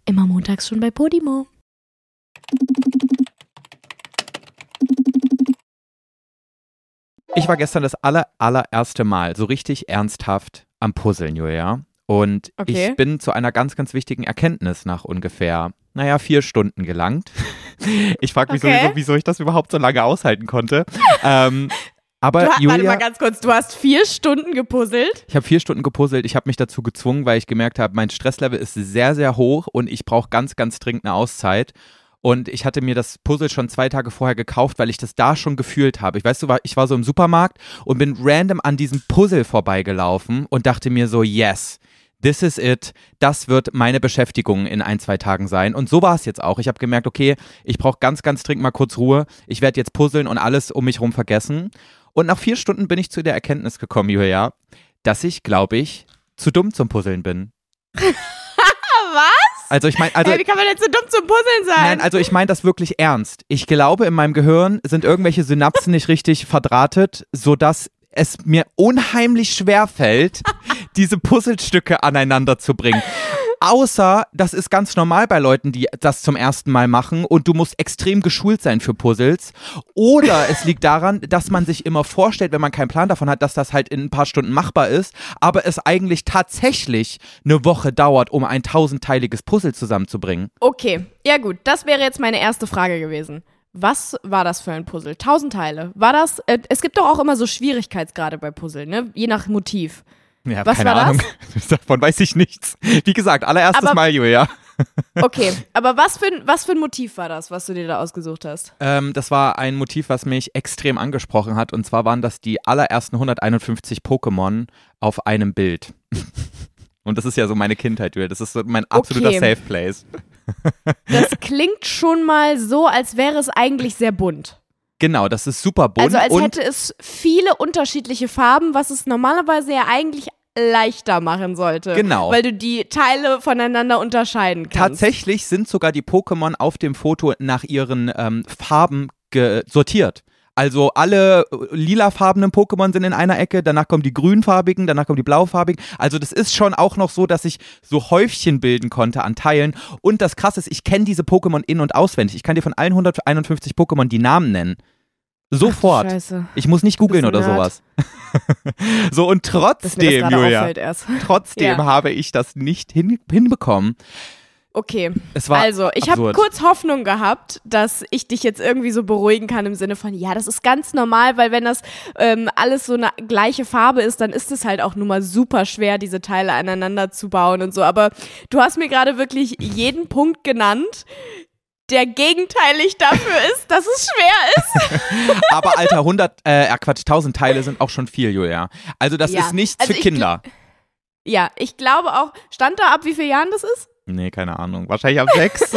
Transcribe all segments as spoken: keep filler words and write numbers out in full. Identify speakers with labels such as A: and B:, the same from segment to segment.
A: Immer montags schon bei Podimo.
B: Ich war gestern das aller, allererste Mal so richtig ernsthaft am Puzzeln, Julia. Und
A: Okay.
B: ich bin zu einer ganz, ganz wichtigen Erkenntnis nach ungefähr, naja, vier Stunden gelangt. Ich frage mich
A: Okay.
B: sowieso, wieso ich das überhaupt so lange aushalten konnte. ähm, aber
A: Du, ha-
B: Julia,
A: warte mal ganz kurz, du hast vier Stunden gepuzzelt?
B: ich habe vier Stunden gepuzzelt. Ich habe mich dazu gezwungen, weil ich gemerkt habe, mein Stresslevel ist sehr, sehr hoch und ich brauche ganz, ganz dringend eine Auszeit. Und ich hatte mir das Puzzle schon zwei Tage vorher gekauft, weil ich das da schon gefühlt habe. Ich weiß, du, war- ich war so im Supermarkt und bin random an diesem Puzzle vorbeigelaufen und dachte mir so, yes, this is it. Das wird meine Beschäftigung in ein, zwei Tagen sein. Und so war es jetzt auch. Ich habe gemerkt, okay, ich brauche ganz, ganz dringend mal kurz Ruhe. Ich werde jetzt puzzeln und alles um mich herum vergessen. Und nach vier Stunden bin ich zu der Erkenntnis gekommen, Julia, dass ich, glaube ich, zu dumm zum Puzzeln bin.
A: Was?
B: Also ich meine, also
A: Hey, wie kann man denn so dumm zum Puzzeln sein?
B: Nein, also ich meine das wirklich ernst. Ich glaube, in meinem Gehirn sind irgendwelche Synapsen nicht richtig verdrahtet, sodass es mir unheimlich schwer fällt, diese Puzzlestücke aneinander zu bringen. Außer, das ist ganz normal bei Leuten, die das zum ersten Mal machen und du musst extrem geschult sein für Puzzles. Oder es liegt daran, dass man sich immer vorstellt, wenn man keinen Plan davon hat, dass das halt in ein paar Stunden machbar ist, aber es eigentlich tatsächlich eine Woche dauert, um ein tausendteiliges Puzzle zusammenzubringen.
A: Okay, ja gut, das wäre jetzt meine erste Frage gewesen. Was war das für ein Puzzle? Tausend Teile. War das, äh, es gibt doch auch immer so Schwierigkeitsgrade bei Puzzle, ne? Je nach Motiv.
B: Ja,
A: Was
B: keine
A: war das?
B: Ahnung. Davon weiß ich nichts. Wie gesagt, allererstes
A: Aber-
B: Mal, Julia.
A: Okay, aber was für, ein, was für ein Motiv war das, was du dir da ausgesucht hast?
B: Ähm, das war ein Motiv, was mich extrem angesprochen hat. Und zwar waren das die allerersten hunderteinundfünfzig Pokémon auf einem Bild. Und das ist ja so meine Kindheit, Julia. Das ist so mein absoluter
A: Okay.
B: Safe Place.
A: Das klingt schon mal so, als wäre es eigentlich sehr bunt.
B: Genau, das ist super bunt.
A: Also als
B: und
A: hätte es viele unterschiedliche Farben, was es normalerweise ja eigentlich leichter machen sollte.
B: Genau.
A: Weil du die Teile voneinander unterscheiden kannst.
B: tatsächlich sind sogar die Pokémon auf dem Foto nach ihren ähm, Farben ge- sortiert. Also alle äh, lilafarbenen Pokémon sind in einer Ecke, danach kommen die grünfarbigen, danach kommen die blaufarbigen. Also das ist schon auch noch so, dass ich so Häufchen bilden konnte an Teilen. Und das Krasse ist, ich kenne diese Pokémon in- und auswendig. Ich kann dir von allen hunderteinundfünfzig Pokémon die Namen nennen. Sofort.
A: Scheiße.
B: Ich muss nicht googeln
A: Bist du
B: oder
A: ein
B: sowas. So, und
A: Dass mir das
B: trotzdem,
A: gerade
B: Julia,
A: auffällt erst.
B: trotzdem
A: Ja.
B: habe ich das nicht hin, hinbekommen.
A: Okay,
B: Es war
A: also ich habe
B: absurd.
A: kurz Hoffnung gehabt, dass ich dich jetzt irgendwie so beruhigen kann im Sinne von, ja, das ist ganz normal, weil wenn das ähm, alles so eine gleiche Farbe ist, dann ist es halt auch nun mal super schwer, diese Teile aneinander zu bauen und so. Aber du hast mir gerade wirklich jeden Punkt genannt, der gegenteilig dafür ist, dass es schwer ist.
B: Aber Alter, hundert, äh, Quatsch, tausend Teile sind auch schon viel, Julia. Also das
A: Ja.
B: ist nichts
A: Also
B: für
A: ich
B: Kinder.
A: Ja, ich glaube auch, stand da ab wie vielen Jahren das ist?
B: Nee, keine Ahnung. Wahrscheinlich ab sechs.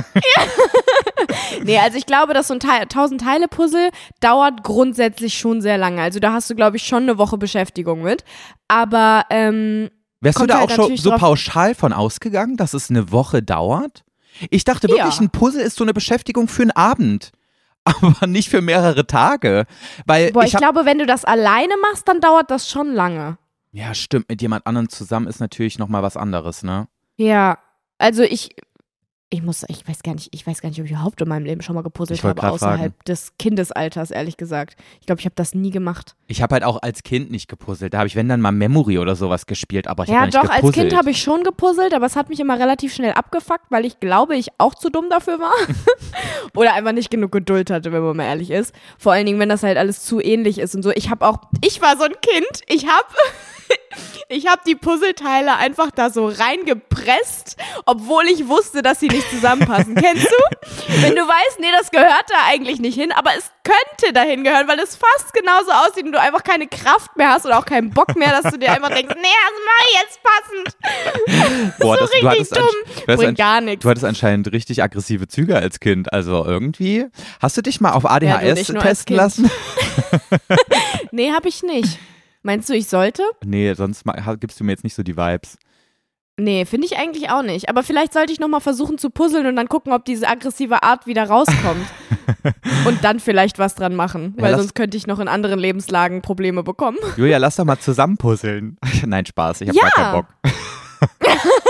A: Nee, also ich glaube, dass so ein Teil, tausend-Teile-Puzzle dauert grundsätzlich schon sehr lange. Also da hast du, glaube ich, schon eine Woche Beschäftigung mit. Aber, ähm,
B: Wärst du
A: Kommt
B: da
A: halt
B: auch schon
A: natürlich
B: so
A: drauf-
B: pauschal von ausgegangen, dass es eine Woche dauert? Ich dachte wirklich,
A: Ja.
B: ein Puzzle ist so eine Beschäftigung für einen Abend. Aber nicht für mehrere Tage. Weil
A: boah,
B: ich
A: ich
B: hab,
A: glaube, wenn du das alleine machst, dann dauert das schon lange.
B: Ja, stimmt. Mit jemand anderem zusammen ist natürlich nochmal was anderes, ne?
A: Ja, also ich, ich muss, ich weiß gar nicht, ich weiß gar nicht, ob ich überhaupt in meinem Leben schon mal gepuzzelt
B: Ich wollte
A: habe,
B: grad
A: außerhalb
B: fragen.
A: des Kindesalters, ehrlich gesagt. Ich glaube, ich habe das nie gemacht.
B: Ich habe halt auch als Kind nicht gepuzzelt. Da habe ich, wenn dann mal Memory oder sowas gespielt, aber ich
A: Ja,
B: habe nicht
A: doch,
B: gepuzzelt.
A: als Kind habe ich schon gepuzzelt, aber es hat mich immer relativ schnell abgefuckt, weil ich glaube, ich auch zu dumm dafür war. Oder einfach nicht genug Geduld hatte, wenn man mal ehrlich ist. Vor allen Dingen, wenn das halt alles zu ähnlich ist und so. Ich habe auch, ich war so ein Kind, ich habe ich habe die Puzzleteile einfach da so reingepresst, obwohl ich wusste, dass sie nicht zusammenpassen. Kennst du? Wenn du weißt, nee, das gehört da eigentlich nicht hin, aber es könnte dahin gehören, weil es fast genauso aussieht und du einfach keine Kraft mehr hast oder auch keinen Bock mehr, dass du dir einfach denkst, nee, das mach ich jetzt passend.
B: Boah,
A: so
B: das, du
A: richtig
B: hattest
A: dumm.
B: ansch- du hattest
A: Bringt gar nichts.
B: Du hattest anscheinend richtig aggressive Züge als Kind. Also irgendwie. Hast du dich mal auf A D H
A: Ja, du,
B: S
A: nicht nur als
B: testen
A: Kind.
B: lassen?
A: Nee, hab ich nicht. Meinst du, ich sollte?
B: Nee, sonst ma- ha- gibst du mir jetzt nicht so die Vibes.
A: Nee, finde ich eigentlich auch nicht. Aber vielleicht sollte ich nochmal versuchen zu puzzeln und dann gucken, ob diese aggressive Art wieder rauskommt. Und dann vielleicht was dran machen.
B: Ja,
A: Weil
B: lass-
A: sonst könnte ich noch in anderen Lebenslagen Probleme bekommen.
B: Julia, lass doch mal zusammen puzzeln. Nein, Spaß, ich hab
A: Ja.
B: gar keinen Bock.
A: Oh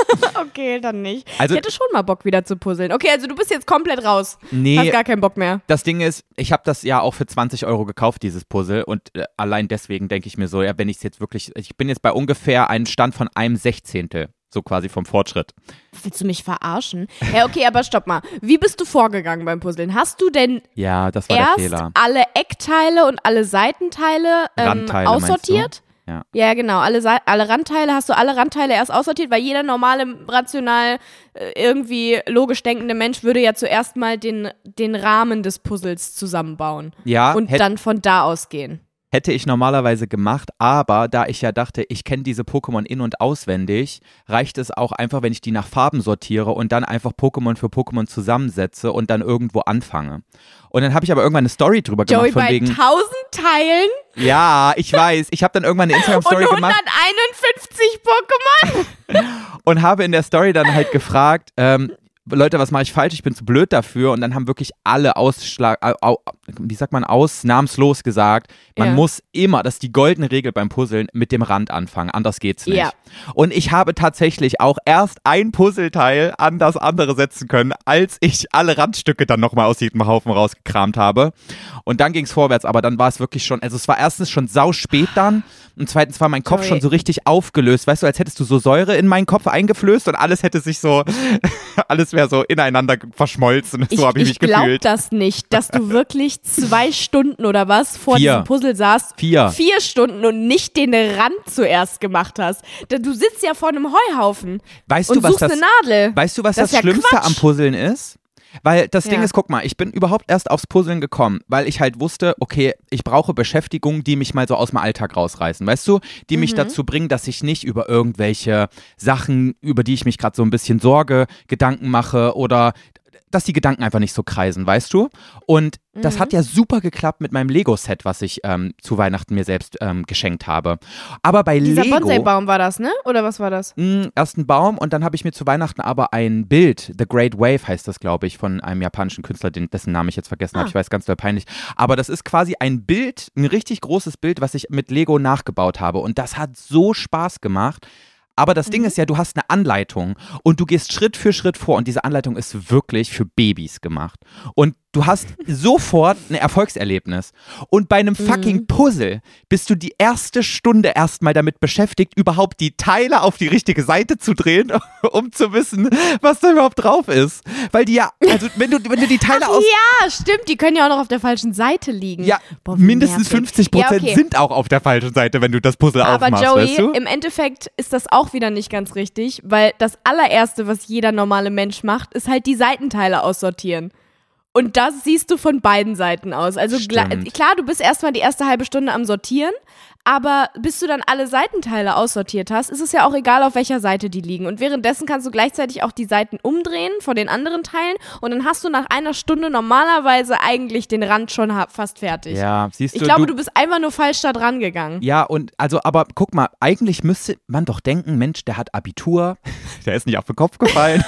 A: okay, dann nicht.
B: Also,
A: ich hätte schon mal Bock wieder zu puzzeln. Okay, also du bist jetzt komplett raus.
B: Nee.
A: Hast gar keinen Bock mehr.
B: Das Ding ist, ich habe das ja auch für zwanzig Euro gekauft, dieses Puzzle. Und äh, allein deswegen denke ich mir so, ja, wenn ich es jetzt wirklich, ich bin jetzt bei ungefähr einem Stand von einem Sechzehntel. So quasi vom Fortschritt.
A: Willst du mich verarschen? Ja, okay, aber stopp mal. Wie bist du vorgegangen beim Puzzeln? Hast du denn
B: ja, das war
A: erst
B: der Fehler.
A: alle Eckteile und alle Seitenteile ähm,
B: Randteile,
A: aussortiert?
B: Ja.
A: Ja, genau. Alle, Sa- alle Randteile, hast du alle Randteile erst aussortiert? Weil jeder normale, rational, äh, irgendwie logisch denkende Mensch würde ja zuerst mal den, den Rahmen des Puzzles zusammenbauen.
B: Ja,
A: und
B: hätt-
A: dann von da ausgehen.
B: Hätte ich normalerweise gemacht, aber da ich ja dachte, ich kenne diese Pokémon in- und auswendig, reicht es auch einfach, wenn ich die nach Farben sortiere und dann einfach Pokémon für Pokémon zusammensetze und dann irgendwo anfange. Und dann habe ich aber irgendwann eine Story drüber gemacht.
A: Joey,
B: von
A: bei
B: wegen,
A: tausend Teilen
B: ja, ich weiß. Ich habe dann irgendwann eine Instagram-Story
A: und
B: gemacht
A: hunderteinundfünfzig Pokémon.
B: und habe in der Story dann halt gefragt, ähm, Leute, was mache ich falsch? Ich bin zu blöd dafür. Und dann haben wirklich alle Ausschlag, au, au, wie sagt man, ausnahmslos gesagt, man
A: Ja.
B: muss immer, das ist die goldene Regel beim Puzzeln, mit dem Rand anfangen. Anders geht's nicht.
A: Ja.
B: Und ich habe tatsächlich auch erst ein Puzzleteil an das andere setzen können, als ich alle Randstücke dann nochmal aus jedem Haufen rausgekramt habe. Und dann ging's vorwärts, aber dann war es wirklich schon, also es war erstens schon sau spät dann und zweitens war mein Kopf
A: Sorry.
B: schon so richtig aufgelöst. Weißt du, als hättest du so Säure in meinen Kopf eingeflößt und alles hätte sich so, alles wäre so ineinander verschmolzen. So habe ich, mich
A: ich glaub
B: gefühlt.
A: das nicht, dass du wirklich zwei Stunden oder was vor
B: Vier.
A: diesem Puzzle saßt.
B: Vier.
A: Vier Stunden und nicht den Rand zuerst gemacht hast. Da- Du sitzt ja vor einem Heuhaufen
B: Weißt
A: und
B: du, was
A: suchst
B: das,
A: eine Nadel.
B: weißt du, was
A: Das
B: das,
A: ist ja
B: Schlimmste
A: Quatsch.
B: am Puzzeln ist? Weil das Ding
A: Ja.
B: ist, guck mal, ich bin überhaupt erst aufs Puzzeln gekommen, weil ich halt wusste, okay, ich brauche Beschäftigungen, die mich mal so aus dem Alltag rausreißen, weißt du? Die mich
A: Mhm.
B: dazu bringen, dass ich nicht über irgendwelche Sachen, über die ich mich gerade so ein bisschen sorge, Gedanken mache oder dass die Gedanken einfach nicht so kreisen, weißt du? Und das
A: Mhm.
B: hat ja super geklappt mit meinem Lego-Set, was ich ähm, zu Weihnachten mir selbst ähm, geschenkt habe. Aber bei
A: Dieser
B: Lego...
A: Bonsai-Baum war das, ne? Oder was war das?
B: Mm, erst ein Baum und dann habe ich mir zu Weihnachten aber ein Bild, The Great Wave heißt das, glaube ich, von einem japanischen Künstler, den, dessen Namen ich jetzt vergessen
A: Ah.
B: habe. Ich weiß, ganz doll peinlich. Aber das ist quasi ein Bild, ein richtig großes Bild, was ich mit Lego nachgebaut habe. Und das hat so Spaß gemacht. Aber das Ding ist ja, du hast eine Anleitung und du gehst Schritt für Schritt vor und diese Anleitung ist wirklich für Babys gemacht. Und du hast sofort ein Erfolgserlebnis. Und bei einem fucking Puzzle bist du die erste Stunde erstmal damit beschäftigt, überhaupt die Teile auf die richtige Seite zu drehen, um zu wissen, was da überhaupt drauf ist. Weil die ja, also wenn du, wenn du die Teile
A: Ach
B: aus...
A: ja, stimmt, die können ja auch noch auf der falschen Seite liegen.
B: Ja,
A: Boah, wie
B: mindestens
A: nervig.
B: fünfzig Prozent
A: Ja, okay.
B: sind auch auf der falschen Seite, wenn du das Puzzle
A: Aber
B: aufmachst,
A: Joey,
B: weißt du?
A: im Endeffekt ist das auch wieder nicht ganz richtig, weil das allererste, was jeder normale Mensch macht, ist halt die Seitenteile aussortieren. Und das siehst du von beiden Seiten aus. Also gla-
B: Stimmt.
A: klar, du bist erstmal die erste halbe Stunde am Sortieren, aber bis du dann alle Seitenteile aussortiert hast, ist es ja auch egal, auf welcher Seite die liegen. Und währenddessen kannst du gleichzeitig auch die Seiten umdrehen von den anderen Teilen und dann hast du nach einer Stunde normalerweise eigentlich den Rand schon ha- fast fertig.
B: Ja, siehst du,
A: Ich glaube,
B: du
A: du bist einfach nur falsch da dran gegangen.
B: Ja, und also, aber guck mal, eigentlich müsste man doch denken, Mensch, der hat Abitur, der ist nicht auf den Kopf gefallen.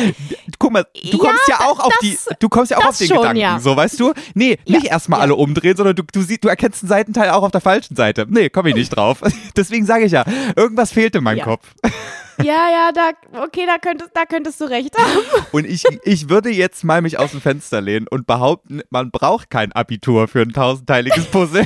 B: Guck mal, du kommst ja,
A: Ja,
B: auch auf
A: das-
B: die, du kommst ja auch
A: das
B: auf den
A: schon,
B: Gedanken,
A: ja.
B: so, weißt du? Nee, nicht
A: Ja,
B: erstmal
A: ja.
B: alle umdrehen, sondern du, du siehst, du erkennst einen Seitenteil auch auf der falschen Seite. Nee, komm ich nicht drauf. Deswegen sage ich ja, irgendwas fehlt in meinem
A: Ja.
B: Kopf.
A: Ja, ja, da, okay, da könntest, da könntest du recht haben.
B: Und ich, ich würde jetzt mal mich aus dem Fenster lehnen und behaupten, man braucht kein Abitur für ein tausendteiliges Puzzle.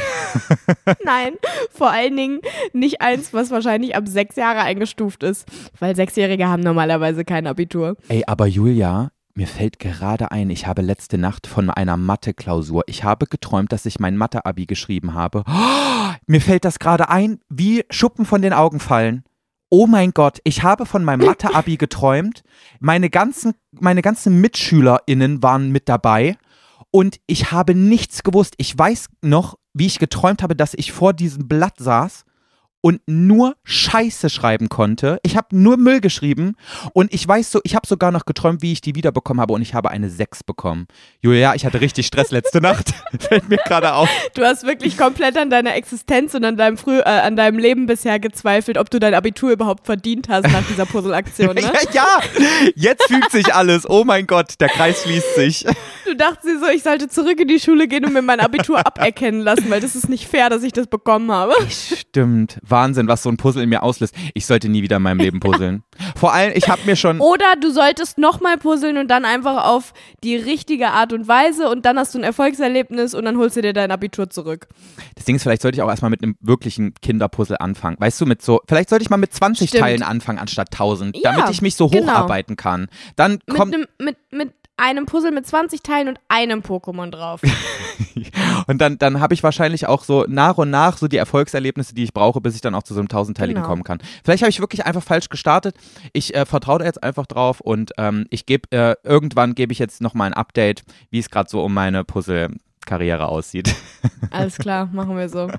A: Nein, vor allen Dingen nicht eins, was wahrscheinlich ab sechs Jahre eingestuft ist, weil Sechsjährige haben normalerweise kein Abitur.
B: Ey, aber Julia, mir fällt gerade ein, ich habe letzte Nacht von einer Mathe-Klausur, ich habe geträumt, dass ich mein Mathe-Abi geschrieben habe. Oh, mir fällt das gerade ein, wie Schuppen von den Augen fallen. Oh mein Gott, ich habe von meinem Mathe-Abi geträumt. Meine ganzen, meine ganzen MitschülerInnen waren mit dabei und ich habe nichts gewusst. Ich weiß noch, wie ich geträumt habe, dass ich vor diesem Blatt saß und nur Scheiße schreiben konnte. Ich habe nur Müll geschrieben und ich weiß so, ich habe sogar noch geträumt, wie ich die wiederbekommen habe und ich habe eine sechs bekommen. Julia, ich hatte richtig Stress letzte Nacht. Fällt mir gerade auf.
A: Du hast wirklich komplett an deiner Existenz und an deinem, Früh, äh, an deinem Leben bisher gezweifelt, ob du dein Abitur überhaupt verdient hast nach dieser Puzzle-Aktion, ne?
B: Ja, ja, jetzt fügt sich alles. Oh mein Gott, der Kreis schließt sich.
A: Du Du dachtest dir so, ich sollte zurück in die Schule gehen und mir mein Abitur aberkennen lassen, weil das ist nicht fair, dass ich das bekommen habe.
B: Stimmt. Wahnsinn, was so ein Puzzle in mir auslöst. Ich sollte nie wieder in meinem Leben puzzeln. Vor allem, ich habe mir schon...
A: Oder du solltest nochmal puzzeln und dann einfach auf die richtige Art und Weise und dann hast du ein Erfolgserlebnis und dann holst du dir dein Abitur zurück.
B: Das Ding ist, vielleicht sollte ich auch erstmal mit einem wirklichen Kinderpuzzle anfangen. Weißt du, mit so, vielleicht sollte ich mal mit zwanzig
A: Stimmt.
B: Teilen anfangen anstatt tausend,
A: Ja,
B: damit ich mich so
A: genau.
B: hocharbeiten kann. Dann
A: Mit,
B: kommt
A: nem, mit, mit einem Puzzle mit zwanzig Teilen und einem Pokémon drauf.
B: und dann, dann habe ich wahrscheinlich auch so nach und nach so die Erfolgserlebnisse, die ich brauche, bis ich dann auch zu so einem tausendteiligen
A: Genau.
B: kommen kann. Vielleicht habe ich wirklich einfach falsch gestartet. Ich äh, vertraue da jetzt einfach drauf und ähm, ich gebe, äh, irgendwann gebe ich jetzt nochmal ein Update, wie es gerade so um meine Puzzle-Karriere aussieht.
A: Alles klar, machen wir so.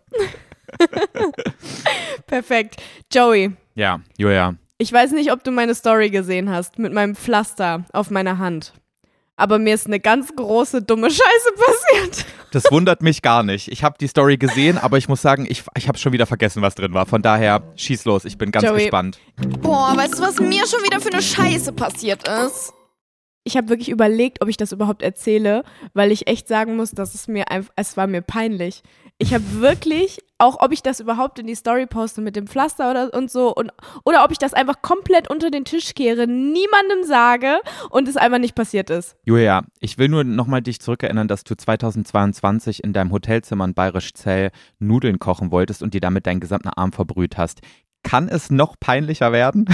A: Perfekt. Joey,
B: Ja, Julia.
A: ich weiß nicht, ob du meine Story gesehen hast mit meinem Pflaster auf meiner Hand. Aber mir ist eine ganz große, dumme Scheiße passiert.
B: Das wundert mich gar nicht. Ich habe die Story gesehen, aber ich muss sagen, ich, ich habe schon wieder vergessen, was drin war. Von daher, schieß los, ich bin ganz
A: Joey.
B: gespannt.
A: Boah, weißt du, was mir schon wieder für eine Scheiße passiert ist? Ich habe wirklich überlegt, ob ich das überhaupt erzähle, weil ich echt sagen muss, dass es mir einfach, es war mir peinlich. Ich habe wirklich, auch ob ich das überhaupt in die Story poste mit dem Pflaster oder und so und oder ob ich das einfach komplett unter den Tisch kehre, niemandem sage und es einfach nicht passiert ist.
B: Julia, ich will nur nochmal dich zurückerinnern, dass du zweitausendzweiundzwanzig in deinem Hotelzimmer in Bayerisch-Zell Nudeln kochen wolltest und dir damit deinen gesamten Arm verbrüht hast. Kann es noch peinlicher werden?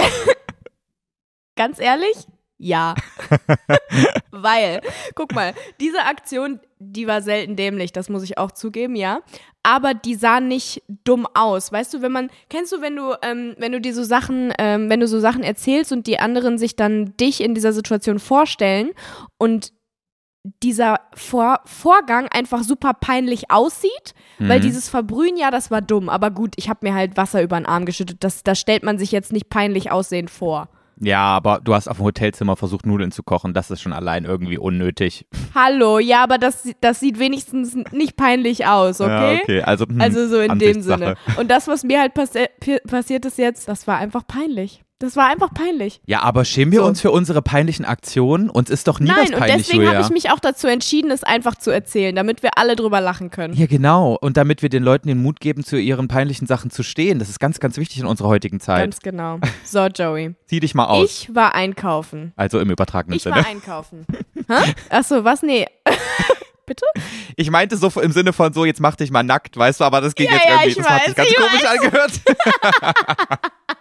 A: Ganz ehrlich? Ja. Weil, guck mal, diese Aktion, die war selten dämlich, das muss ich auch zugeben, ja. Aber die sah nicht dumm aus. Weißt du, wenn man, kennst du, wenn du, ähm, wenn du dir so Sachen, ähm, wenn du so Sachen erzählst und die anderen sich dann dich in dieser Situation vorstellen und dieser Vor- Vorgang einfach super peinlich aussieht, mhm. weil dieses Verbrühen, ja, das war dumm. Aber gut, ich habe mir halt Wasser über den Arm geschüttet. Das, das stellt man sich jetzt nicht peinlich aussehend vor.
B: Ja, aber du hast auf dem Hotelzimmer versucht, Nudeln zu kochen. Das ist schon allein irgendwie unnötig.
A: Hallo, ja, aber das, das sieht wenigstens nicht peinlich aus, okay?
B: Ja, okay. Also, hm,
A: also so in dem
B: Ansichtssache.
A: Sinne. Und das, was mir halt passi- passiert ist jetzt, das war einfach peinlich. Das war einfach peinlich.
B: Ja, aber schämen wir
A: So.
B: uns für unsere peinlichen Aktionen? Uns ist doch nie
A: Nein,
B: was
A: und
B: peinlich,
A: deswegen
B: Julia.
A: habe ich mich auch dazu entschieden, es einfach zu erzählen, damit wir alle drüber lachen können.
B: Ja, genau. Und damit wir den Leuten den Mut geben, zu ihren peinlichen Sachen zu stehen. Das ist ganz, ganz wichtig in unserer heutigen Zeit.
A: Ganz genau. So, Joey.
B: Zieh dich mal aus.
A: Ich war einkaufen.
B: Also im übertragenen
A: Ich
B: Sinne.
A: war einkaufen. Hä? Achso, was? Nee. Bitte?
B: Ich meinte so im Sinne von so, jetzt mach dich mal nackt, weißt du, aber das ging
A: Ja,
B: jetzt
A: ja,
B: irgendwie,
A: ich
B: das hat sich
A: weiß,
B: ganz
A: ich
B: komisch
A: weiß.
B: angehört.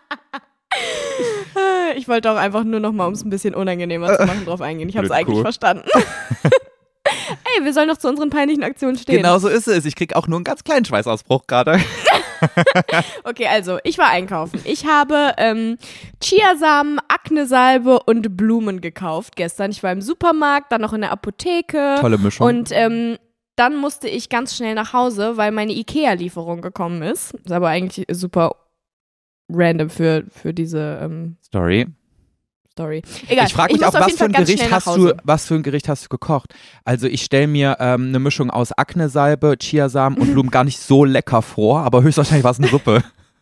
A: Ich wollte auch einfach nur noch mal, um es ein bisschen unangenehmer zu machen, drauf eingehen. Ich habe es
B: Blöd,
A: eigentlich
B: cool.
A: verstanden. Ey, wir sollen doch zu unseren peinlichen Aktionen stehen.
B: Genau so ist es. Ich krieg auch nur einen ganz kleinen Schweißausbruch gerade.
A: Okay, also, ich war einkaufen. Ich habe ähm, Chiasamen, Aknesalbe und Blumen gekauft gestern. Ich war im Supermarkt, dann noch in der Apotheke.
B: Tolle Mischung.
A: Und ähm, dann musste ich ganz schnell nach Hause, weil meine Ikea-Lieferung gekommen ist. Ist aber eigentlich super random für, für diese ähm,
B: Story.
A: Story. Egal,
B: Ich frage mich
A: musste
B: auch,
A: auf
B: was
A: jeden
B: für,
A: Fall
B: ein
A: ganz
B: Gericht
A: schnell nach
B: hast
A: Hause.
B: du, was für ein Gericht hast du gekocht? Also ich stelle mir ähm, eine Mischung aus Aknesalbe, Chiasamen und Blumen gar nicht so lecker vor, aber höchstwahrscheinlich war es eine Suppe.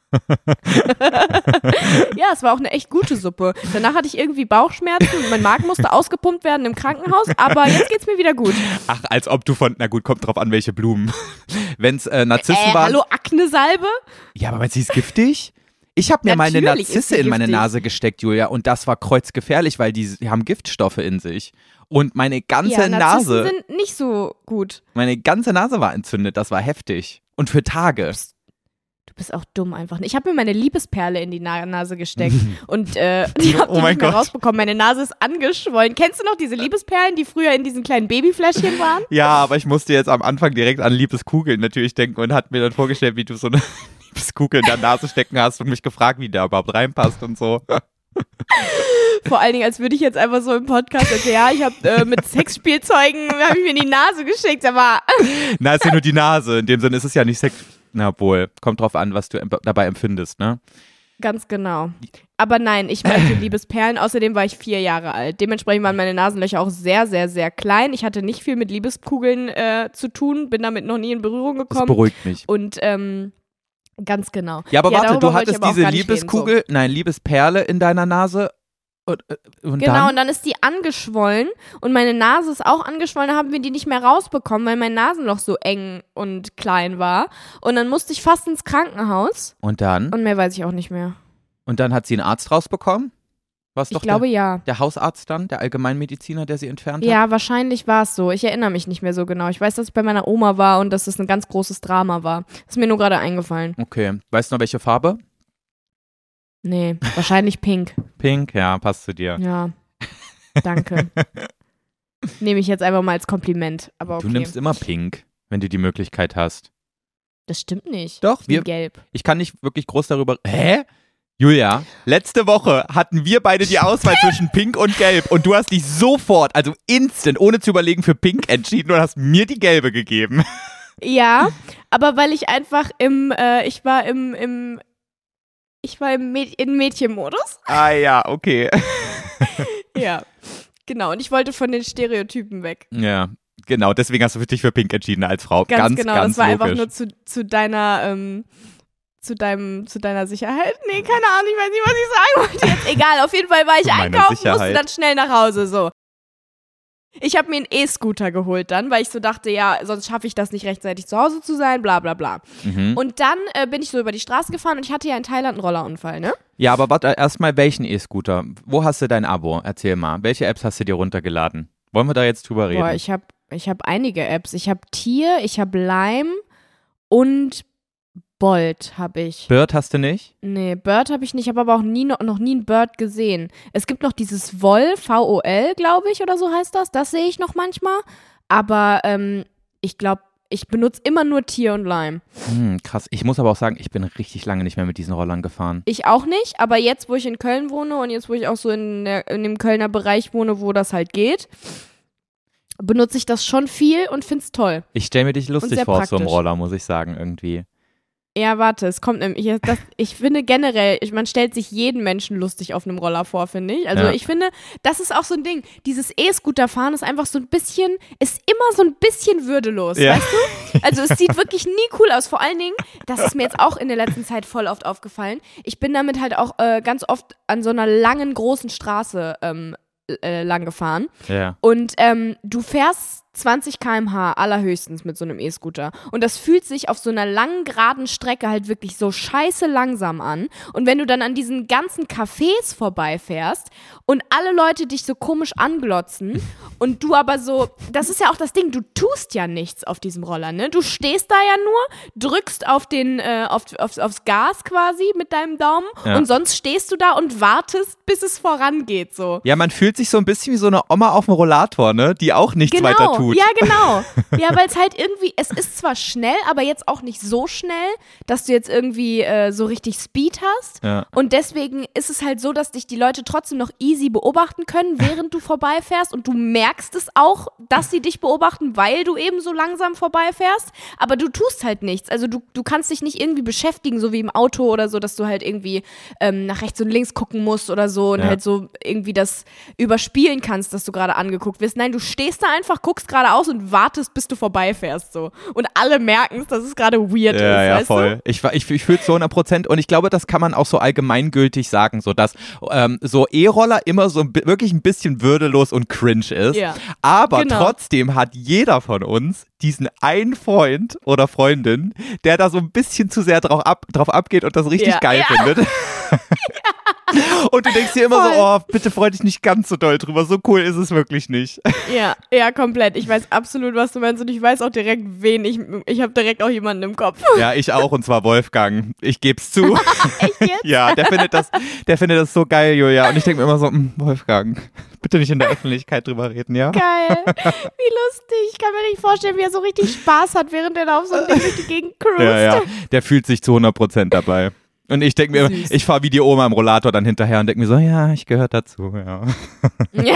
A: Ja, es war auch eine echt gute Suppe. Danach hatte ich irgendwie Bauchschmerzen und mein Magen musste ausgepumpt werden im Krankenhaus, aber jetzt geht's mir wieder gut.
B: Ach, als ob du von, na gut, kommt drauf an, welche Blumen. Wenn es äh, Narzissen
A: Äh,
B: waren.
A: hallo, Aknesalbe?
B: Ja, aber meinst du, die ist giftig? Ich habe mir meine
A: Natürlich ist
B: Narzisse
A: sie
B: in meine
A: giftig.
B: Nase gesteckt, Julia, und das war kreuzgefährlich, weil die, die haben Giftstoffe in sich. Und meine ganze
A: Ja, Narzissen
B: Nase,
A: sind nicht so gut.
B: meine ganze Nase war entzündet, das war heftig. Und für Tage.
A: Du bist auch dumm einfach. Ich habe mir meine Liebesperle in die Na- Nase gesteckt und äh, die habe
B: Oh
A: ich
B: mein
A: nicht mehr
B: Gott.
A: rausbekommen. Meine Nase ist angeschwollen. Kennst du noch diese Liebesperlen, die früher in diesen kleinen Babyfläschchen waren?
B: Ja, aber ich musste jetzt am Anfang direkt an Liebeskugeln natürlich denken und hat mir dann vorgestellt, wie du so eine Liebeskugel in der Nase stecken hast und mich gefragt, wie der überhaupt reinpasst und so.
A: Vor allen Dingen, als würde ich jetzt einfach so im Podcast erzählen, ja, ich habe äh, mit Sexspielzeugen, habe ich mir in die Nase gesteckt, aber
B: Na, ist ja nur die Nase. In dem Sinne ist es ja nicht Sex. Na wohl, kommt drauf an, was du em- dabei empfindest, ne?
A: ganz genau. Aber nein, ich meinte Liebesperlen. Außerdem war ich vier Jahre alt. Dementsprechend waren meine Nasenlöcher auch sehr, sehr, sehr klein. Ich hatte nicht viel mit Liebeskugeln äh, zu tun, bin damit noch nie in Berührung
B: Das
A: gekommen.
B: beruhigt mich.
A: Und ähm, ganz genau.
B: Ja, aber warte,
A: darüber
B: du
A: wollte ich
B: hattest
A: aber auch
B: diese
A: gar nicht reden,
B: Liebeskugel, nein, Liebesperle in deiner Nase Und, und
A: genau,
B: dann?
A: und dann ist die angeschwollen und meine Nase ist auch angeschwollen, da haben wir die nicht mehr rausbekommen, weil mein Nasenloch so eng und klein war. Und dann musste ich fast ins Krankenhaus.
B: Und dann?
A: Und mehr weiß ich auch nicht mehr.
B: Und dann hat sie einen Arzt rausbekommen? War's
A: Ich
B: doch
A: glaube
B: der,
A: ja.
B: der Hausarzt dann, der Allgemeinmediziner, der sie entfernt hat?
A: Ja, wahrscheinlich war es so. Ich erinnere mich nicht mehr so genau. Ich weiß, dass ich bei meiner Oma war und dass es ein ganz großes Drama war. Ist mir nur gerade eingefallen.
B: Okay. Weißt du noch, welche Farbe?
A: Nee, wahrscheinlich pink.
B: Pink, ja, passt zu dir.
A: Ja, danke. Nehme ich jetzt einfach mal als Kompliment. Aber okay.
B: Du nimmst immer pink, wenn du die Möglichkeit hast.
A: Das stimmt nicht.
B: Doch,
A: ich nehm
B: wir,
A: gelb.
B: ich kann nicht wirklich groß darüber. Hä? Julia, letzte Woche hatten wir beide die Auswahl zwischen Pink und Gelb und du hast dich sofort, also instant, ohne zu überlegen, für Pink entschieden und hast mir die Gelbe gegeben.
A: Ja, aber weil ich einfach im, äh, ich war im, im, ich war im Mäd- in Mädchenmodus.
B: Ah ja, okay.
A: Ja, genau. Und ich wollte von den Stereotypen weg.
B: Ja, genau, deswegen hast du dich für Pink entschieden als Frau.
A: Ganz,
B: Ganz,
A: genau,
B: ganz
A: das war
B: logisch.
A: einfach nur zu, zu deiner, ähm, zu deinem, zu deiner Sicherheit. Nee, keine Ahnung, ich weiß nicht, was ich sagen wollte jetzt. Egal, auf jeden Fall war ich
B: Zu meiner
A: einkaufen, musste
B: Sicherheit.
A: dann schnell nach Hause, so. Ich habe mir einen E-Scooter geholt dann, weil ich so dachte, ja, sonst schaffe ich das nicht rechtzeitig zu Hause zu sein, bla bla bla.
B: Mhm.
A: Und dann äh, bin ich so über die Straße gefahren und ich hatte ja in Thailand einen Rollerunfall, ne?
B: Ja, aber warte, erstmal welchen E-Scooter? Wo hast du dein Abo? Erzähl mal. Welche Apps hast du dir runtergeladen? Wollen wir da jetzt drüber reden?
A: Boah, ich habe ich hab einige Apps. Ich habe Tier, ich habe Lime und Bolt habe ich.
B: Bird hast du nicht?
A: Nee, Bird habe ich nicht, habe aber auch nie noch, noch nie ein Bird gesehen. Es gibt noch dieses Vol, V O L, glaube ich, oder so heißt das. Das sehe ich noch manchmal. Aber ähm, ich glaube, ich benutze immer nur Tier und Lime.
B: Hm, krass. Ich muss aber auch sagen, ich bin richtig lange nicht mehr mit diesen Rollern gefahren.
A: Ich auch nicht, aber jetzt, wo ich in Köln wohne und jetzt, wo ich auch so in, der, in dem Kölner Bereich wohne, wo das halt geht, benutze ich das schon viel und finde es toll.
B: Ich stelle mir dich
A: Und
B: lustig
A: sehr
B: vor auf so einem
A: praktisch.
B: Roller, muss ich sagen, irgendwie.
A: Ja, warte, es kommt nämlich, ich, das, ich finde generell, ich, man stellt sich jeden Menschen lustig auf einem Roller vor, finde ich. Also
B: Ja.
A: ich finde, das ist auch so ein Ding, dieses E-Scooter-Fahren ist einfach so ein bisschen, ist immer so ein bisschen würdelos,
B: Ja.
A: weißt du? Also es sieht wirklich nie cool aus, vor allen Dingen, das ist mir jetzt auch in der letzten Zeit voll oft aufgefallen, ich bin damit halt auch äh, ganz oft an so einer langen, großen Straße ähm, äh, lang gefahren
B: Ja.
A: und ähm, du fährst zwanzig Kilometer pro Stunde allerhöchstens mit so einem E-Scooter. Und das fühlt sich auf so einer langen, geraden Strecke halt wirklich so scheiße langsam an. Und wenn du dann an diesen ganzen Cafés vorbeifährst und alle Leute dich so komisch anglotzen und du aber so, das ist ja auch das Ding, du tust ja nichts auf diesem Roller, ne? Du stehst da ja nur, drückst auf den, äh, auf, auf, aufs Gas quasi mit deinem Daumen
B: Ja.
A: und sonst stehst du da und wartest, bis es vorangeht, so.
B: Ja, man fühlt sich so ein bisschen wie so eine Oma auf dem Rollator, ne? Die auch nichts
A: Genau,
B: weiter tut.
A: ja genau. Ja, weil es halt irgendwie, es ist zwar schnell, aber jetzt auch nicht so schnell, dass du jetzt irgendwie äh, so richtig Speed hast.
B: Ja.
A: Und deswegen ist es halt so, dass dich die Leute trotzdem noch easy beobachten können, während du vorbeifährst. Und du merkst es auch, dass sie dich beobachten, weil du eben so langsam vorbeifährst. Aber du tust halt nichts. Also du, du kannst dich nicht irgendwie beschäftigen, so wie im Auto oder so, dass du halt irgendwie ähm, nach rechts und links gucken musst oder so und
B: Ja.
A: halt so irgendwie das überspielen kannst, dass du gerade angeguckt wirst. Nein, du stehst da einfach, guckst geradeaus und wartest, bis du vorbeifährst so. Und alle merken es, dass es gerade weird
B: Ja,
A: ist,
B: ja,
A: weißt
B: voll. Ich, ich, ich fühle es zu hundert Prozent und ich glaube, das kann man auch so allgemeingültig sagen, so dass ähm, so E-Roller immer so ein, bi- wirklich ein bisschen würdelos und cringe ist.
A: Ja.
B: Aber
A: Genau.
B: trotzdem hat jeder von uns diesen einen Freund oder Freundin, der da so ein bisschen zu sehr drauf, ab, drauf abgeht und das richtig
A: Ja.
B: geil
A: Ja.
B: findet. Und du denkst dir immer
A: Voll.
B: so, oh, bitte freu dich nicht ganz so doll drüber, so cool ist es wirklich nicht.
A: du? Ja, ja, komplett. Ich weiß absolut, was du meinst und ich weiß auch direkt, wen ich, ich habe direkt auch jemanden im Kopf.
B: Ja, ich auch und zwar Wolfgang. Ich geb's zu.
A: Echt jetzt?
B: Ja, der findet das, der findet das so geil, Julia. Und ich denke mir immer so, "Mm, Wolfgang, bitte nicht in der Öffentlichkeit drüber reden, ja?"
A: Geil. Wie lustig. Ich kann mir nicht vorstellen, wie er so richtig Spaß hat, während er da auf so ein Ding durch die Gegend cruist.
B: Ja, ja. Der fühlt sich zu hundert Prozent dabei. Und ich denke mir,
A: Süß.
B: ich fahre wie die Oma im Rollator dann hinterher und denke mir so, ja, ich gehöre dazu, ja.
A: Ja.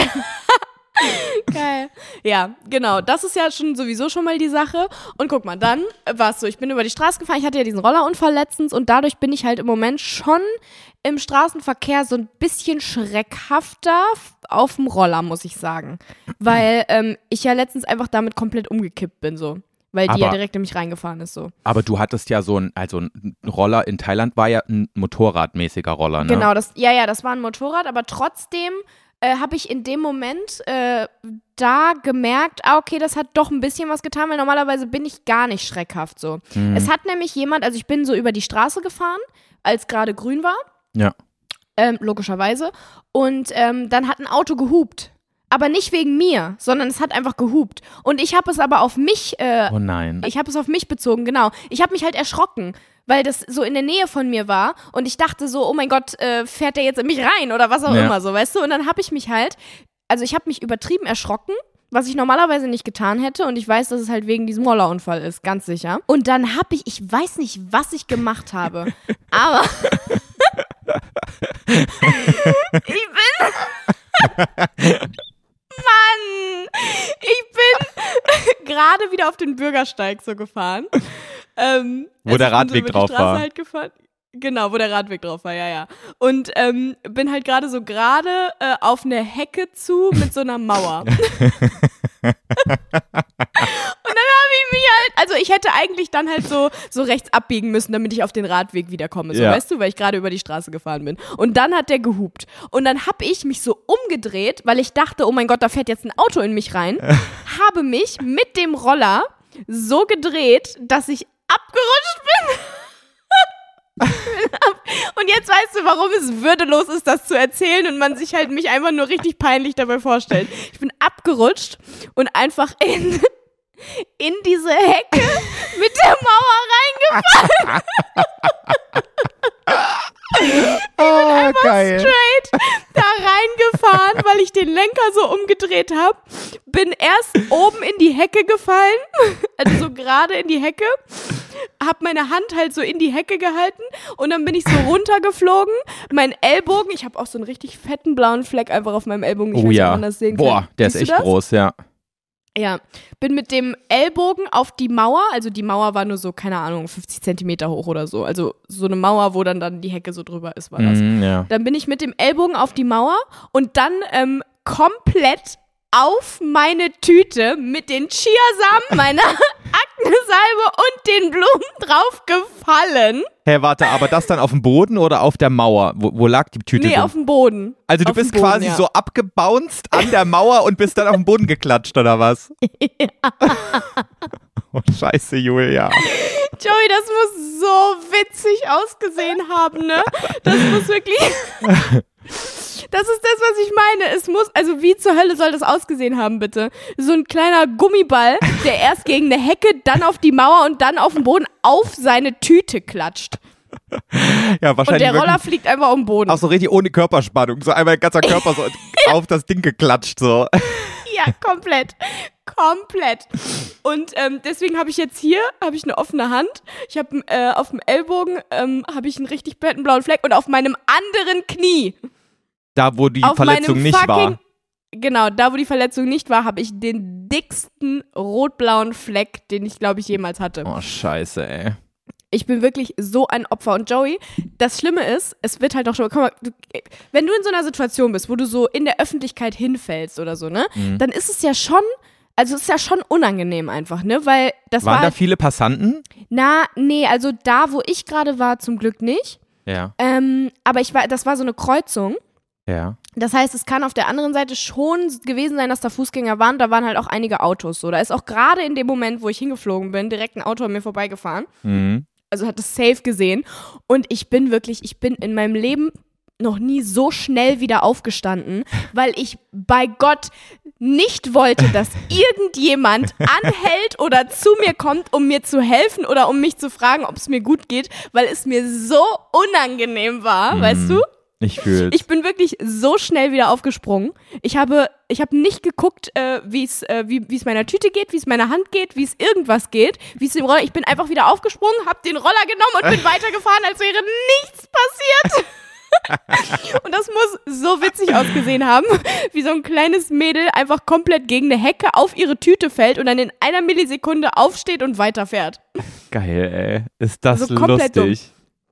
A: Geil. Ja, genau. Das ist ja schon sowieso schon mal die Sache. Und guck mal, dann war es so, ich bin über die Straße gefahren, ich hatte ja diesen Rollerunfall letztens und dadurch bin ich halt im Moment schon im Straßenverkehr so ein bisschen schreckhafter auf dem Roller, muss ich sagen. Weil ähm, ich ja letztens einfach damit komplett umgekippt bin, so. weil die
B: aber,
A: ja direkt in mich reingefahren ist. So.
B: Aber du hattest ja so ein, also ein Roller in Thailand war ja ein motorradmäßiger Roller, ne?
A: Genau, das, ja, ja, das war ein Motorrad, aber trotzdem äh, habe ich in dem Moment äh, da gemerkt, ah, okay, das hat doch ein bisschen was getan, weil normalerweise bin ich gar nicht schreckhaft so. Mhm. Es hat nämlich jemand, also ich bin so über die Straße gefahren, als gerade grün war.
B: Ja.
A: Ähm, logischerweise. Und ähm, dann hat ein Auto gehupt. Aber nicht wegen mir, sondern es hat einfach gehupt. Und ich habe es aber auf mich, äh,
B: oh nein.
A: Ich habe es auf mich bezogen, genau. Ich habe mich halt erschrocken, weil das so in der Nähe von mir war und ich dachte so, oh mein Gott, äh, fährt der jetzt in mich rein oder was auch ja. immer so, weißt du? Und dann habe ich mich halt, also ich habe mich übertrieben erschrocken, was ich normalerweise nicht getan hätte und ich weiß, dass es halt wegen diesem Rollerunfall ist, ganz sicher. Und dann habe ich, ich weiß nicht, was ich gemacht habe, aber ich bin... Mann, ich bin gerade wieder auf den Bürgersteig so gefahren. Ähm,
B: wo der Radweg
A: so
B: drauf war.
A: Halt gefahren. Genau, wo der Radweg drauf war, ja, ja. Und ähm, bin halt gerade so gerade äh, auf eine Hecke zu mit so einer Mauer. Und dann habe ich mich halt, also ich hätte eigentlich dann halt so, so rechts abbiegen müssen, damit ich auf den Radweg wiederkomme, so, ja. weißt du, weil ich gerade über die Straße gefahren bin. Und dann hat der gehupt. Und dann habe ich mich so umgedreht, weil ich dachte, oh mein Gott, da fährt jetzt ein Auto in mich rein, habe mich mit dem Roller so gedreht, dass ich abgerutscht bin. Und jetzt weißt du, warum es würdelos ist, das zu erzählen und man sich halt mich einfach nur richtig peinlich dabei vorstellt. Ich bin abgerutscht und einfach in, in diese Hecke mit der Mauer reingefallen. Ich bin
B: oh,
A: einfach
B: geil.
A: straight da reingefahren, weil ich den Lenker so umgedreht habe. Bin erst oben in die Hecke gefallen, also so gerade in die Hecke. Hab meine Hand halt so in die Hecke gehalten und dann bin ich so runtergeflogen. Mein Ellbogen, ich habe auch so einen richtig fetten blauen Fleck einfach auf meinem Ellbogen. Ich
B: oh
A: weiß
B: ja.
A: nicht, ob man das sehen kann.
B: Boah, der Siehst ist echt groß, ja.
A: Ja, bin mit dem Ellbogen auf die Mauer, also die Mauer war nur so, keine Ahnung, fünfzig Zentimeter hoch oder so. Also so eine Mauer, wo dann, dann die Hecke so drüber ist, war das.
B: Mm, ja.
A: Dann bin ich mit dem Ellbogen auf die Mauer und dann komplett auf meine Tüte mit den Chiasamen, meiner Aknesalbe und den Blumen drauf gefallen.
B: Hä, hey, warte, aber das dann auf dem Boden oder auf der Mauer? Wo, wo lag die Tüte?
A: Nee,
B: denn?
A: auf dem Boden.
B: Also du
A: auf
B: bist
A: Boden,
B: quasi
A: ja.
B: so abgebounced an der Mauer und bist dann auf den Boden geklatscht, oder was?
A: Ja.
B: Oh, scheiße, Julia.
A: Joey, das muss so witzig ausgesehen haben, ne? Das muss wirklich... Das ist das, was ich meine. Es muss, also wie zur Hölle soll das ausgesehen haben, bitte? So ein kleiner Gummiball, der erst gegen eine Hecke, dann auf die Mauer und dann auf den Boden auf seine Tüte klatscht.
B: Ja, wahrscheinlich.
A: Und der Roller fliegt einfach auf den Boden.
B: Auch so richtig ohne Körperspannung. So einmal der ganze Körper so auf das Ding geklatscht, so.
A: Ja, komplett. Komplett. Und ähm, deswegen habe ich jetzt hier habe ich eine offene Hand. Ich habe äh, auf dem Ellbogen ähm, habe ich einen richtig fetten blauen Fleck und auf meinem anderen Knie.
B: Da, wo die
A: auf
B: Verletzung nicht
A: fucking,
B: war.
A: Genau, da, wo die Verletzung nicht war, habe ich den dicksten rot-blauen Fleck, den ich, glaube ich, jemals hatte.
B: Oh, scheiße, ey.
A: Ich bin wirklich so ein Opfer. Und Joey, das Schlimme ist, es wird halt auch schon, komm mal, du, wenn du in so einer Situation bist, wo du so in der Öffentlichkeit hinfällst oder so, ne, mhm. dann ist es ja schon, also es ist ja schon unangenehm einfach, ne, weil das
B: Waren
A: war
B: da
A: halt,
B: viele Passanten?
A: Na, nee, also da, wo ich gerade war, zum Glück nicht.
B: Ja.
A: Ähm, aber ich war, das war so eine Kreuzung.
B: Ja.
A: Das heißt, es kann auf der anderen Seite schon gewesen sein, dass da Fußgänger waren. Da waren halt auch einige Autos so. Da ist auch gerade in dem Moment, wo ich hingeflogen bin, direkt ein Auto an mir vorbeigefahren.
B: Mhm.
A: Also hat es safe gesehen. Und ich bin wirklich, ich bin in meinem Leben noch nie so schnell wieder aufgestanden, weil ich bei Gott nicht wollte, dass irgendjemand anhält oder zu mir kommt, um mir zu helfen oder um mich zu fragen, ob es mir gut geht, weil es mir so unangenehm war, mhm. weißt du?
B: Ich fühl's.
A: Ich bin wirklich so schnell wieder aufgesprungen. Ich habe, ich habe nicht geguckt, äh, wie's, äh, wie es meiner Tüte geht, wie es meiner Hand geht, wie es irgendwas geht, wie es dem Roller. Ich bin einfach wieder aufgesprungen, habe den Roller genommen und bin weitergefahren, als wäre nichts passiert. Und das muss so witzig ausgesehen haben, wie so ein kleines Mädel einfach komplett gegen eine Hecke auf ihre Tüte fällt und dann in einer Millisekunde aufsteht und weiterfährt.
B: Geil, ey. Ist das
A: also komplett
B: lustig.
A: Dumm.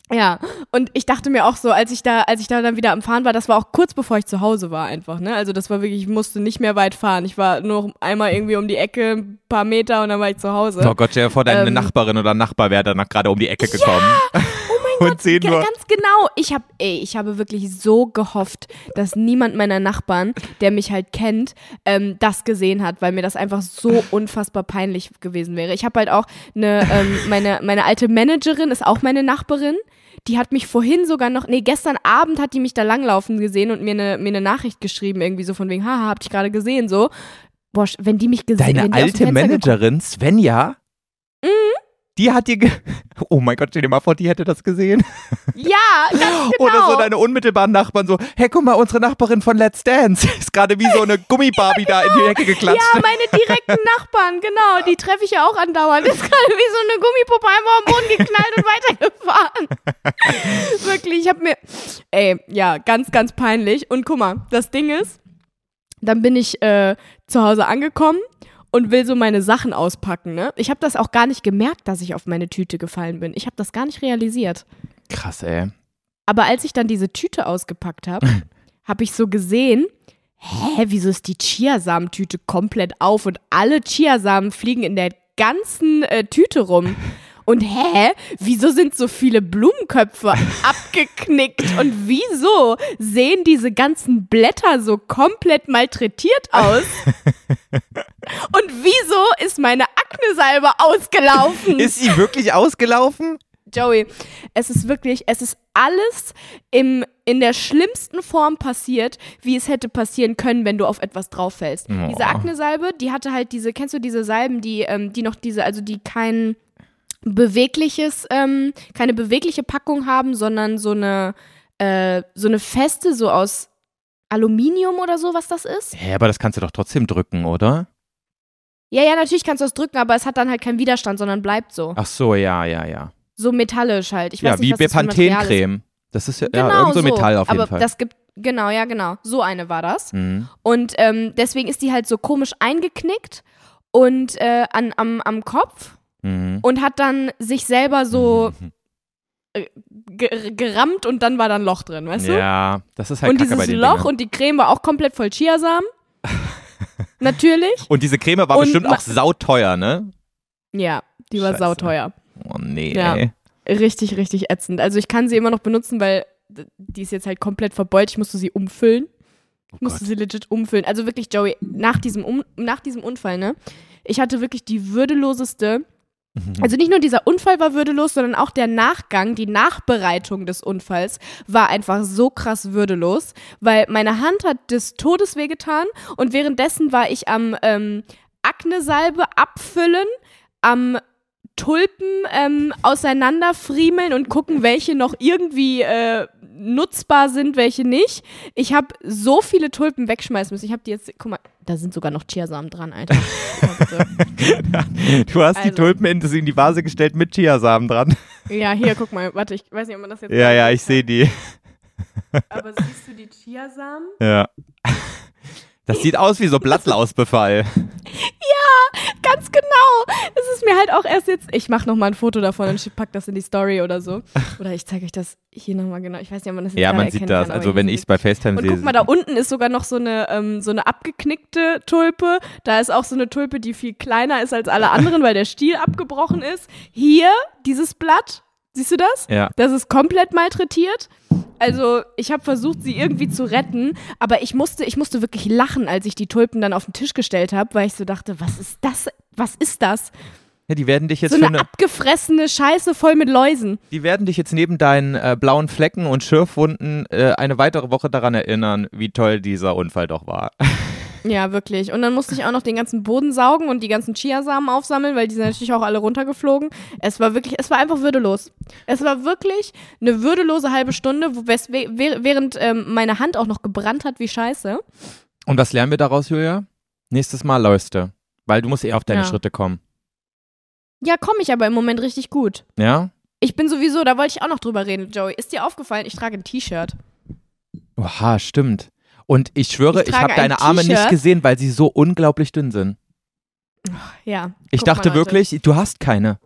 A: Ja, und ich dachte mir auch so, als ich da, als ich da dann wieder am Fahren war, das war auch kurz bevor ich zu Hause war einfach, ne? Also das war wirklich, ich musste nicht mehr weit fahren. Ich war nur einmal irgendwie um die Ecke, ein paar Meter und dann war ich zu Hause.
B: Oh Gott, stell dir vor, deine
A: Ähm,
B: Nachbarin oder Nachbar wäre dann gerade um die Ecke gekommen.
A: Oh mein
B: Und
A: Gott,
B: sehen
A: g-
B: nur-
A: ganz genau. Ich hab, ey, ich habe wirklich so gehofft, dass niemand meiner Nachbarn, der mich halt kennt, ähm, das gesehen hat, weil mir das einfach so unfassbar peinlich gewesen wäre. Ich habe halt auch eine, ähm, meine, meine alte Managerin ist auch meine Nachbarin. Die hat mich vorhin sogar noch, nee, gestern Abend hat die mich da langlaufen gesehen und mir eine mir eine Nachricht geschrieben, irgendwie so von wegen, haha, hab dich gerade gesehen, so. Boah, wenn die mich gesehen
B: Deine
A: wenn die aus dem
B: alte
A: Fenster
B: Managerin, Svenja?
A: Mhm.
B: Die hat dir. Ge oh mein Gott, stell dir mal vor, die hätte das gesehen.
A: Ja, ganz genau.
B: Oder so deine unmittelbaren Nachbarn so: Hey, guck mal, unsere Nachbarin von Let's Dance ist gerade wie so eine Gummibarbie da in die Ecke geklatscht.
A: Ja, meine direkten Nachbarn, genau, die treffe ich ja auch andauernd. Ist gerade wie so eine Gummipuppe einfach am Boden geknallt und weitergefahren. Wirklich, ich habe mir, ey, ja, ganz, ganz peinlich. Und guck mal, das Ding ist, dann bin ich äh, zu Hause angekommen und will so meine Sachen auspacken, ne? Ich habe das auch gar nicht gemerkt, dass ich auf meine Tüte gefallen bin. Ich habe das gar nicht realisiert.
B: Krass, ey.
A: Aber als ich dann diese Tüte ausgepackt habe, habe ich so gesehen, hä, wieso ist die Chiasamen-Tüte komplett auf und alle Chiasamen fliegen in der ganzen äh, Tüte rum. Und hä, wieso sind so viele Blumenköpfe abgeknickt und wieso sehen diese ganzen Blätter so komplett malträtiert aus? Und wieso ist meine Akne-Salbe ausgelaufen?
B: Ist sie wirklich ausgelaufen?
A: Joey, es ist wirklich, es ist alles im, in der schlimmsten Form passiert, wie es hätte passieren können, wenn du auf etwas drauf fällst.
B: Oh.
A: Diese Akne-Salbe, die hatte halt diese, kennst du diese Salben, die, ähm, die noch diese, also die kein bewegliches, ähm, keine bewegliche Packung haben, sondern so eine, äh, so eine feste, so aus Aluminium oder so, was das ist?
B: Hä, aber das kannst du doch trotzdem drücken, oder?
A: Ja, ja, natürlich kannst du das drücken, aber es hat dann halt keinen Widerstand, sondern bleibt so.
B: Ach so, ja, ja, ja.
A: So metallisch halt. Ich weiß
B: Ja,
A: nicht,
B: wie
A: was das für ein Material ist.
B: Bepanthen-Creme. Das ist ja,
A: Genau,
B: ja irgend so
A: so.
B: Metall auf jeden
A: aber
B: Fall.
A: das gibt, genau, ja, genau. So eine war das.
B: Mhm.
A: Und ähm, deswegen ist die halt so komisch eingeknickt und äh, an, am, am Kopf
B: Mhm.
A: und hat dann sich selber so äh, ge- gerammt und dann war da ein Loch drin, weißt du?
B: Ja, das ist halt
A: Und
B: Kacke
A: dieses
B: bei den
A: Loch
B: Dingern.
A: und die Creme war auch komplett voll Chiasamen. Natürlich.
B: Und diese Creme war
A: Und
B: bestimmt
A: ma-
B: auch sauteuer, ne?
A: Ja, die war
B: Scheiße.
A: sauteuer.
B: Oh nee,
A: Ja.
B: ey.
A: Richtig, richtig ätzend. Also ich kann sie immer noch benutzen, weil d- die ist jetzt halt komplett verbeult. Ich musste sie umfüllen. Ich musste
B: Gott.
A: sie legit umfüllen. Also wirklich, Joey, nach diesem, um nach diesem Unfall, ne? Ich hatte wirklich die würdeloseste, also nicht nur dieser Unfall war würdelos, sondern auch der Nachgang, die Nachbereitung des Unfalls war einfach so krass würdelos, weil meine Hand hat des Todes wehgetan und währenddessen war ich am ähm, Akne-Salbe abfüllen, am Tulpen ähm, auseinanderfriemeln und gucken, welche noch irgendwie äh, nutzbar sind, welche nicht. Ich habe so viele Tulpen wegschmeißen müssen. Ich habe die jetzt, guck mal, da sind sogar noch Chiasamen dran, Alter. Oh, bitte.
B: Du hast die
A: Also.
B: Tulpen in, in die Vase gestellt mit Chiasamen dran.
A: Ja, hier, guck mal, warte, ich weiß nicht, ob man das jetzt
B: Ja, ja,
A: sehen
B: ich sehe die.
A: kann. Aber siehst du die Chiasamen?
B: Ja. Das sieht aus wie so Blattlausbefall.
A: Ganz genau. Das ist mir halt auch erst jetzt, ich mache nochmal ein Foto davon und pack das in die Story oder so. Oder ich zeige euch das hier nochmal genau. Ich weiß nicht, ob man das jetzt
B: Ja,
A: gerade
B: man
A: erkennen
B: sieht das.
A: kann, aber
B: Also wenn
A: hier
B: ich es bei FaceTime
A: Und
B: sehe.
A: guck mal, da unten ist sogar noch so eine, ähm, so eine abgeknickte Tulpe. Da ist auch so eine Tulpe, die viel kleiner ist als alle anderen, weil der Stiel abgebrochen ist. Hier, dieses Blatt, siehst du das?
B: Ja.
A: Das ist komplett malträtiert. Also ich habe versucht, sie irgendwie zu retten, aber ich musste, ich musste wirklich lachen, als ich die Tulpen dann auf den Tisch gestellt habe, weil ich so dachte, was ist das? Was ist das?
B: Ja, die werden dich jetzt
A: So
B: für
A: eine
B: eine,
A: abgefressene Scheiße voll mit Läusen.
B: die werden dich jetzt neben deinen äh, blauen Flecken und Schürfwunden äh, eine weitere Woche daran erinnern, wie toll dieser Unfall doch war.
A: Ja, wirklich. Und dann musste ich auch noch den ganzen Boden saugen und die ganzen Chiasamen aufsammeln, weil die sind natürlich auch alle runtergeflogen. Es war wirklich, es war einfach würdelos. Es war wirklich eine würdelose halbe Stunde, wo, wes- wäh- während ähm, meine Hand auch noch gebrannt hat wie Scheiße.
B: Und was lernen wir daraus, Julia? Nächstes Mal läufst du, weil du musst eh auf deine
A: Ja.
B: Schritte kommen.
A: Ja, komme ich aber im Moment richtig gut.
B: Ja?
A: Ich bin sowieso, da wollte ich auch noch drüber reden, Joey. Ist dir aufgefallen, ich trage ein T-Shirt.
B: Oha, stimmt. Und ich schwöre,
A: Ich
B: ich,
A: trage
B: habe
A: ein
B: deine Arme nicht
A: T-Shirt.
B: gesehen, weil sie so unglaublich dünn sind.
A: Ja.
B: Ich
A: guck mal,
B: dachte
A: Leute.
B: wirklich, du hast keine.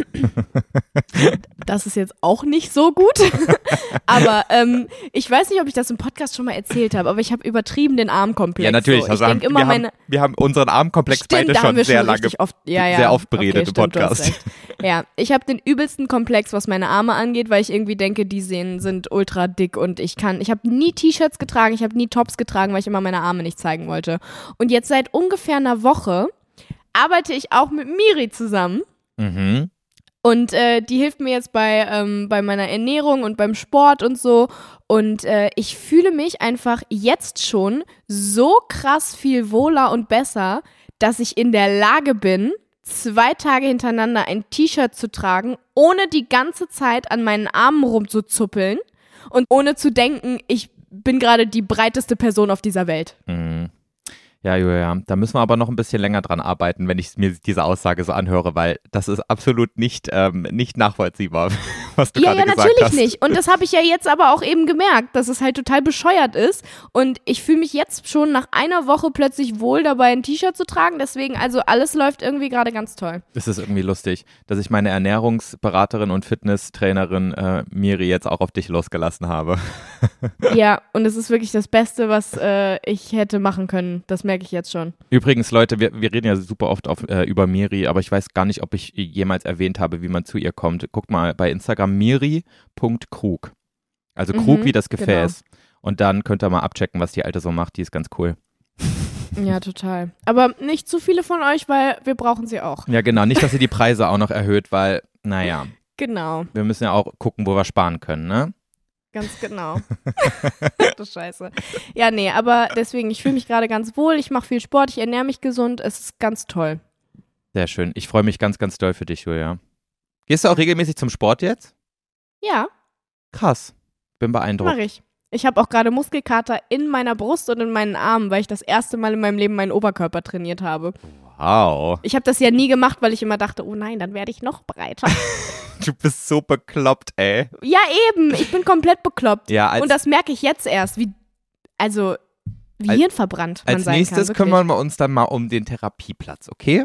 A: Das ist jetzt auch nicht so gut. Aber ähm, ich weiß nicht, ob ich das im Podcast schon mal erzählt habe, aber ich habe übertrieben den Armkomplex.
B: Ja, natürlich.
A: So. Ich
B: Also
A: denke
B: haben,
A: immer
B: wir,
A: meine.
B: haben, wir haben unseren Armkomplex
A: Stimmt,
B: beide
A: da haben
B: schon
A: wir
B: sehr
A: schon
B: lange,
A: richtig oft, ja, ja.
B: sehr oft beredet
A: okay,
B: im
A: stimmt, du hast
B: Podcast.
A: recht. Ja, ich habe den übelsten Komplex, was meine Arme angeht, weil ich irgendwie denke, die sehen, sind ultra dick und ich kann, ich habe nie T-Shirts getragen, ich habe nie Tops getragen, weil ich immer meine Arme nicht zeigen wollte. Und jetzt seit ungefähr einer Woche arbeite ich auch mit Miri zusammen.
B: Mhm.
A: Und äh, die hilft mir jetzt bei, ähm, bei meiner Ernährung und beim Sport und so. Und äh, ich fühle mich einfach jetzt schon so krass viel wohler und besser, dass ich in der Lage bin, zwei Tage hintereinander ein T-Shirt zu tragen, ohne die ganze Zeit an meinen Armen rumzuzuppeln und ohne zu denken, ich bin gerade die breiteste Person auf dieser Welt.
B: Mhm. Ja, Julia, da müssen wir aber noch ein bisschen länger dran arbeiten, wenn ich mir diese Aussage so anhöre, weil das ist absolut nicht, ähm, nicht nachvollziehbar, was du
A: Ja,
B: gerade
A: ja,
B: gesagt
A: natürlich
B: hast.
A: nicht. Und das habe ich ja jetzt aber auch eben gemerkt, dass es halt total bescheuert ist. Und ich fühle mich jetzt schon nach einer Woche plötzlich wohl dabei, ein T-Shirt zu tragen. Deswegen, also alles läuft irgendwie gerade ganz toll.
B: Es ist irgendwie lustig, dass ich meine Ernährungsberaterin und Fitnesstrainerin äh, Miri jetzt auch auf dich losgelassen habe.
A: Ja, und es ist wirklich das Beste, was äh, ich hätte machen können. Das merke ich jetzt schon.
B: Übrigens, Leute, wir, wir reden ja super oft auf, äh, über Miri, aber ich weiß gar nicht, ob ich jemals erwähnt habe, wie man zu ihr kommt. Guckt mal bei Instagram miri punkt krug. Also Krug
A: Mhm,
B: wie das Gefäß. Genau. Und dann könnt ihr mal abchecken, was die Alte so macht. Die ist ganz cool.
A: Ja, total. Aber nicht zu viele von euch, weil wir brauchen sie auch.
B: Ja, genau. Nicht, dass sie die Preise auch noch erhöht, weil, naja.
A: Genau.
B: Wir müssen ja auch gucken, wo wir sparen können, ne?
A: Ganz genau. Du Scheiße. Ja, nee, aber deswegen, ich fühle mich gerade ganz wohl, ich mache viel Sport, ich ernähre mich gesund, es ist ganz toll.
B: Sehr schön. Ich freue mich ganz, ganz doll für dich, Julia. Gehst du auch regelmäßig zum Sport jetzt?
A: Ja.
B: Krass. Bin beeindruckt.
A: Mach ich. Ich habe auch gerade Muskelkater in meiner Brust und in meinen Armen, weil ich das erste Mal in meinem Leben meinen Oberkörper trainiert habe.
B: Wow.
A: Ich habe das ja nie gemacht, weil ich immer dachte, oh nein, dann werde ich noch breiter.
B: Du bist so bekloppt, ey.
A: Ja, eben. Ich bin komplett bekloppt.
B: Ja, als,
A: und das merke ich jetzt erst, wie, also, wie
B: als,
A: hirnverbrannt man
B: als
A: sein
B: nächstes
A: kann.
B: kümmern wir uns dann mal um den Therapieplatz, okay?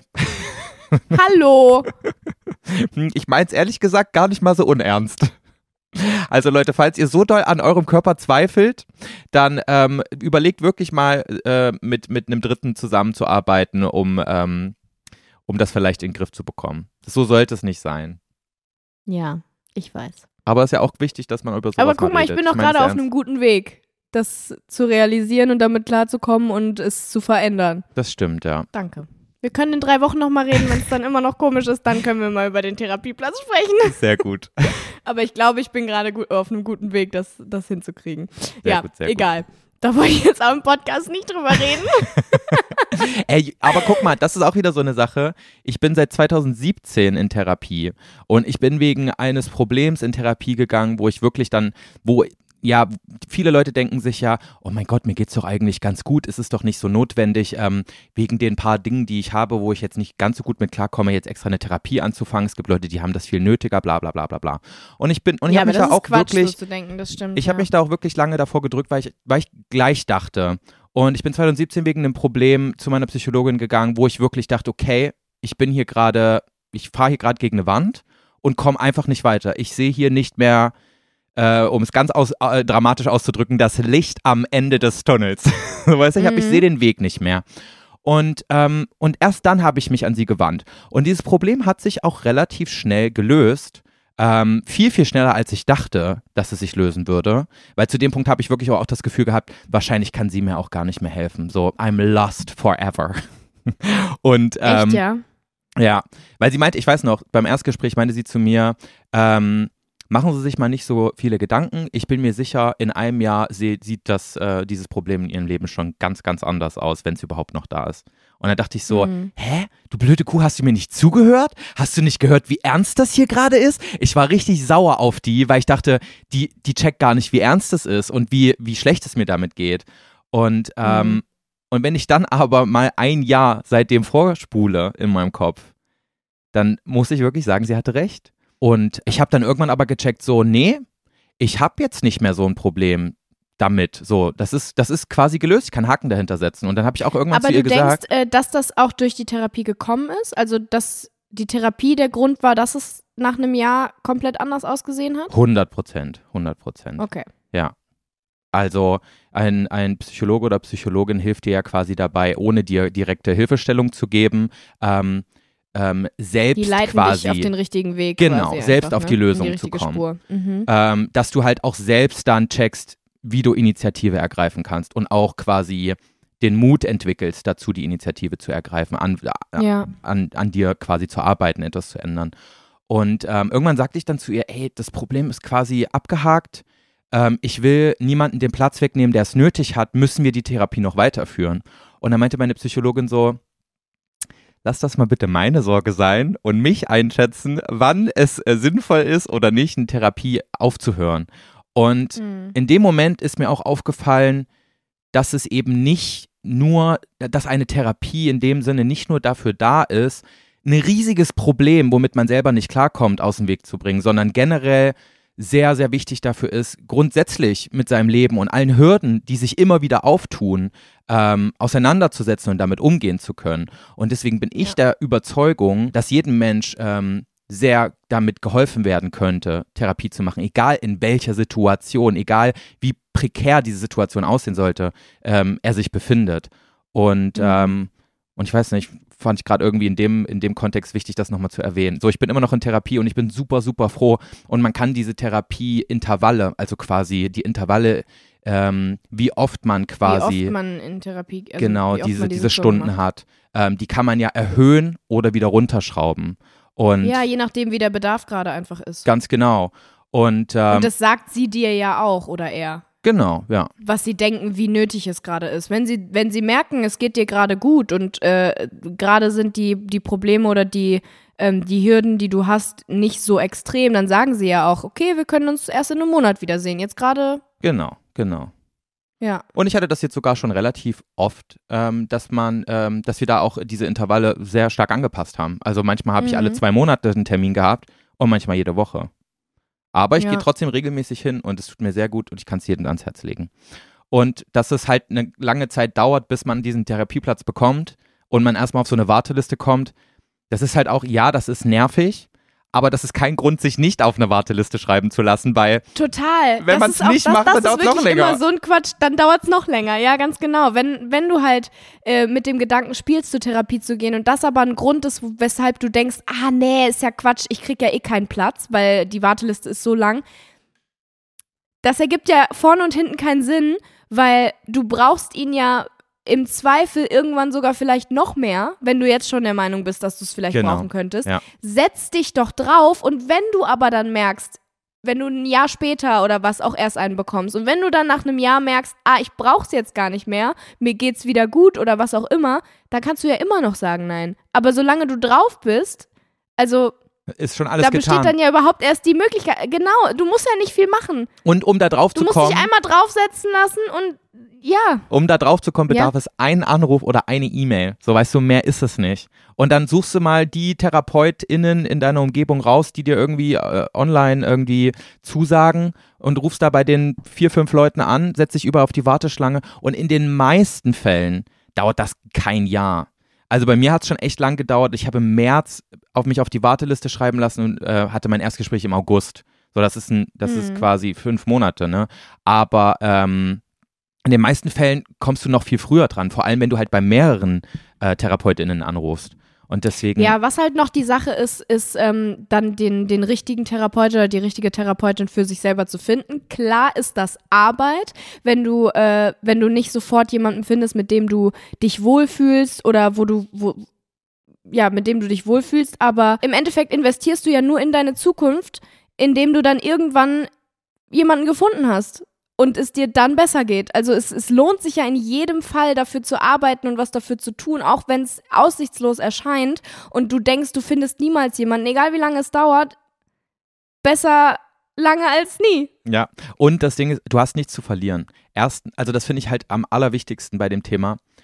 A: Hallo.
B: Ich meine es ehrlich gesagt gar nicht mal so unernst. Also Leute, falls ihr so doll an eurem Körper zweifelt, dann ähm, überlegt wirklich mal äh, mit, mit einem Dritten zusammenzuarbeiten, um, ähm, um das vielleicht in den Griff zu bekommen. So sollte es nicht sein.
A: Ja, ich weiß.
B: Aber es ist ja auch wichtig, dass man über sowas
A: Aber guck mal,
B: redet.
A: ich bin doch
B: Ich meine
A: gerade
B: es
A: auf
B: ernst.
A: einem guten Weg, das zu realisieren und damit klarzukommen und es zu verändern.
B: Das stimmt, ja.
A: Danke. Wir können in drei Wochen nochmal reden, wenn es dann immer noch komisch ist, dann können wir mal über den Therapieplatz sprechen.
B: Sehr gut.
A: Aber ich glaube, ich bin gerade gut, auf einem guten Weg, das, das hinzukriegen.
B: Sehr
A: ja,
B: gut, sehr
A: egal. Gut. Da wollte ich jetzt auch im Podcast nicht drüber reden.
B: Ey, aber guck mal, das ist auch wieder so eine Sache. Ich bin seit zweitausendsiebzehn in Therapie und ich bin wegen eines Problems in Therapie gegangen, wo ich wirklich dann, wo ja, viele Leute denken sich ja, oh mein Gott, mir geht's doch eigentlich ganz gut, es ist doch nicht so notwendig, ähm, wegen den paar Dingen, die ich habe, wo ich jetzt nicht ganz so gut mit klarkomme, jetzt extra eine Therapie anzufangen. Es gibt Leute, die haben das viel nötiger, bla bla bla bla bla. Und ich bin, und ich
A: ja,
B: habe mich
A: das
B: da
A: ist
B: auch
A: Quatsch,
B: wirklich,
A: so zu denken, das stimmt,
B: ich
A: ja.
B: habe mich da auch wirklich lange davor gedrückt, weil ich, weil ich gleich dachte. Und ich bin zweitausendsiebzehn wegen einem Problem zu meiner Psychologin gegangen, wo ich wirklich dachte, okay, ich bin hier gerade, ich fahre hier gerade gegen eine Wand und komme einfach nicht weiter. Ich sehe hier nicht mehr, äh, um es ganz aus, äh, dramatisch auszudrücken, das Licht am Ende des Tunnels. Weißt du, ich, hab, ich sehe den Weg nicht mehr. Und, ähm, und erst dann habe ich mich an sie gewandt. Und dieses Problem hat sich auch relativ schnell gelöst. Ähm, viel, viel schneller, als ich dachte, dass es sich lösen würde. Weil zu dem Punkt habe ich wirklich auch das Gefühl gehabt, wahrscheinlich kann sie mir auch gar nicht mehr helfen. So, I'm lost forever. Und, ähm,
A: Echt, ja?
B: Ja, weil sie meinte, ich weiß noch, beim Erstgespräch meinte sie zu mir, ähm, machen Sie sich mal nicht so viele Gedanken. Ich bin mir sicher, in einem Jahr sie, sieht das, äh, dieses Problem in ihrem Leben schon ganz, ganz anders aus, wenn es überhaupt noch da ist. Und dann dachte ich so,
A: mhm.
B: hä? Du blöde Kuh, hast du mir nicht zugehört? Hast du nicht gehört, wie ernst das hier gerade ist? Ich war richtig sauer auf die, weil ich dachte, die, die checkt gar nicht, wie ernst es ist und wie, wie schlecht es mir damit geht. Und, ähm,
A: Mhm.
B: und wenn ich dann aber mal ein Jahr seitdem vorspule in meinem Kopf, dann muss ich wirklich sagen, sie hatte recht. Und ich habe dann irgendwann aber gecheckt, so, nee, ich habe jetzt nicht mehr so ein Problem. damit. So, das ist, das ist quasi gelöst. Ich kann Haken dahinter setzen. Und dann habe ich auch irgendwann
A: Aber
B: zu ihr
A: du
B: gesagt.
A: denkst, äh, dass das auch durch die Therapie gekommen ist? Also, dass die Therapie der Grund war, dass es nach einem Jahr komplett anders ausgesehen hat?
B: hundert Prozent, hundert Prozent.
A: Okay.
B: Ja. Also ein, ein Psychologe oder Psychologin hilft dir ja quasi dabei, ohne dir direkte Hilfestellung zu geben, ähm, ähm, selbst
A: Die leiten
B: quasi
A: dich auf den richtigen Weg.
B: genau,
A: quasi
B: selbst
A: einfach,
B: auf
A: ne?
B: die Lösung
A: In die
B: zu
A: richtige
B: kommen.
A: Spur. Mhm.
B: Ähm, dass du halt auch selbst dann checkst, wie du Initiative ergreifen kannst und auch quasi den Mut entwickelst, dazu die Initiative zu ergreifen, an,
A: Ja.
B: an, an dir quasi zu arbeiten, etwas zu ändern. Und ähm, irgendwann sagte ich dann zu ihr, ey, das Problem ist quasi abgehakt, ähm, ich will niemanden den Platz wegnehmen, der es nötig hat, müssen wir die Therapie noch weiterführen. Und dann meinte meine Psychologin so, lass das mal bitte meine Sorge sein und mich einschätzen, wann es äh, sinnvoll ist oder nicht, eine Therapie aufzuhören. Und
A: Mhm.
B: in dem Moment ist mir auch aufgefallen, dass es eben nicht nur, dass eine Therapie in dem Sinne nicht nur dafür da ist, ein riesiges Problem, womit man selber nicht klarkommt, aus dem Weg zu bringen, sondern generell sehr, sehr wichtig dafür ist, grundsätzlich mit seinem Leben und allen Hürden, die sich immer wieder auftun, ähm, auseinanderzusetzen und damit umgehen zu können. Und deswegen bin ich
A: Ja.
B: der Überzeugung, dass jedem Mensch ähm, sehr damit geholfen werden könnte, Therapie zu machen, egal in welcher Situation, egal wie prekär diese Situation aussehen sollte, ähm, er sich befindet. Und,
A: Mhm.
B: ähm, und ich weiß nicht, fand ich gerade irgendwie in dem, in dem Kontext wichtig, das nochmal zu erwähnen. So, ich bin immer noch in Therapie und ich bin super, super froh. Und man kann diese Therapie-Intervalle, also quasi die Intervalle, ähm, wie oft man quasi
A: Wie oft man in Therapie, also
B: genau
A: wie oft
B: diese,
A: man
B: diese Stunden
A: macht.
B: hat, ähm, die kann man ja erhöhen oder wieder runterschrauben. Und
A: Ja, je nachdem, wie der Bedarf gerade einfach ist.
B: ganz genau. Und, ähm,
A: Und das sagt sie dir ja auch oder er,
B: genau, ja.
A: was sie denken, wie nötig es gerade ist. Wenn sie, wenn sie merken, es geht dir gerade gut und äh, gerade sind die, die Probleme oder die, ähm, die Hürden, die du hast, nicht so extrem, dann sagen sie ja auch, okay, wir können uns erst in einem Monat wiedersehen. Jetzt gerade,
B: Genau, genau.
A: ja.
B: Und ich hatte das jetzt sogar schon relativ oft, ähm, dass man, ähm, dass wir da auch diese Intervalle sehr stark angepasst haben. Also manchmal habe ich
A: Mhm.
B: alle zwei Monate einen Termin gehabt und manchmal jede Woche. Aber ich
A: Ja.
B: gehe trotzdem regelmäßig hin und es tut mir sehr gut und ich kann es jedem ans Herz legen. Und dass es halt eine lange Zeit dauert, bis man diesen Therapieplatz bekommt und man erstmal auf so eine Warteliste kommt, das ist halt auch, ja, das ist nervig, aber das ist kein Grund, sich nicht auf eine Warteliste schreiben zu lassen, weil
A: Total.
B: Wenn
A: Das
B: man's
A: ist auch-
B: nicht
A: das,
B: macht,
A: das
B: dann dauert's
A: ist
B: noch
A: wirklich
B: länger.
A: immer so ein Quatsch, dann dauert es noch länger. Ja, ganz genau. Wenn, wenn du halt äh, mit dem Gedanken spielst, zur Therapie zu gehen und das aber ein Grund ist, wo- weshalb du denkst, ah nee, ist ja Quatsch, ich krieg ja eh keinen Platz, weil die Warteliste ist so lang. Das ergibt ja vorne und hinten keinen Sinn, weil du brauchst ihn ja im Zweifel irgendwann sogar vielleicht noch mehr, wenn du jetzt schon der Meinung bist, dass du es vielleicht
B: Genau.
A: brauchen könntest.
B: Ja.
A: Setz dich doch drauf und wenn du aber dann merkst, wenn du ein Jahr später oder was auch erst einen bekommst und wenn du dann nach einem Jahr merkst, ah, ich brauch's jetzt gar nicht mehr, mir geht's wieder gut oder was auch immer, dann kannst du ja immer noch sagen nein. Aber solange du drauf bist, also
B: ist schon alles
A: da
B: getan.
A: besteht dann ja überhaupt erst die Möglichkeit, genau, du musst ja nicht viel machen.
B: Und um da drauf
A: Du
B: zu
A: musst
B: kommen,
A: dich einmal draufsetzen lassen und ja,
B: um da drauf zu kommen, bedarf
A: Ja.
B: es einen Anruf oder eine E-Mail. So, weißt du, mehr ist es nicht. Und dann suchst du mal die TherapeutInnen in deiner Umgebung raus, die dir irgendwie äh, online irgendwie zusagen und rufst da bei den vier, fünf Leuten an, setzt dich über auf die Warteschlange und in den meisten Fällen dauert das kein Jahr. Also bei mir hat es schon echt lang gedauert. Ich habe im März auf mich auf die Warteliste schreiben lassen und äh, hatte mein Erstgespräch im August. So, das ist ein, das
A: Mhm.
B: ist quasi fünf Monate, ne? Aber ähm, in den meisten Fällen kommst du noch viel früher dran, vor allem wenn du halt bei mehreren äh, TherapeutInnen anrufst. Und deswegen.
A: Ja, was halt noch die Sache ist, ist ähm, dann den, den richtigen Therapeut oder die richtige Therapeutin für sich selber zu finden. Klar ist das Arbeit, wenn du, äh, wenn du nicht sofort jemanden findest, mit dem du dich wohlfühlst oder wo du, wo, ja, mit dem du dich wohlfühlst, aber im Endeffekt investierst du ja nur in deine Zukunft, indem du dann irgendwann jemanden gefunden hast. Und es dir dann besser geht. Also es, es lohnt sich ja in jedem Fall dafür zu arbeiten und was dafür zu tun, auch wenn es aussichtslos erscheint und du denkst, du findest niemals jemanden, egal wie lange es dauert, besser lange als nie.
B: Ja, und das Ding ist, du hast nichts zu verlieren. Erst, also das finde ich halt am allerwichtigsten bei dem Thema.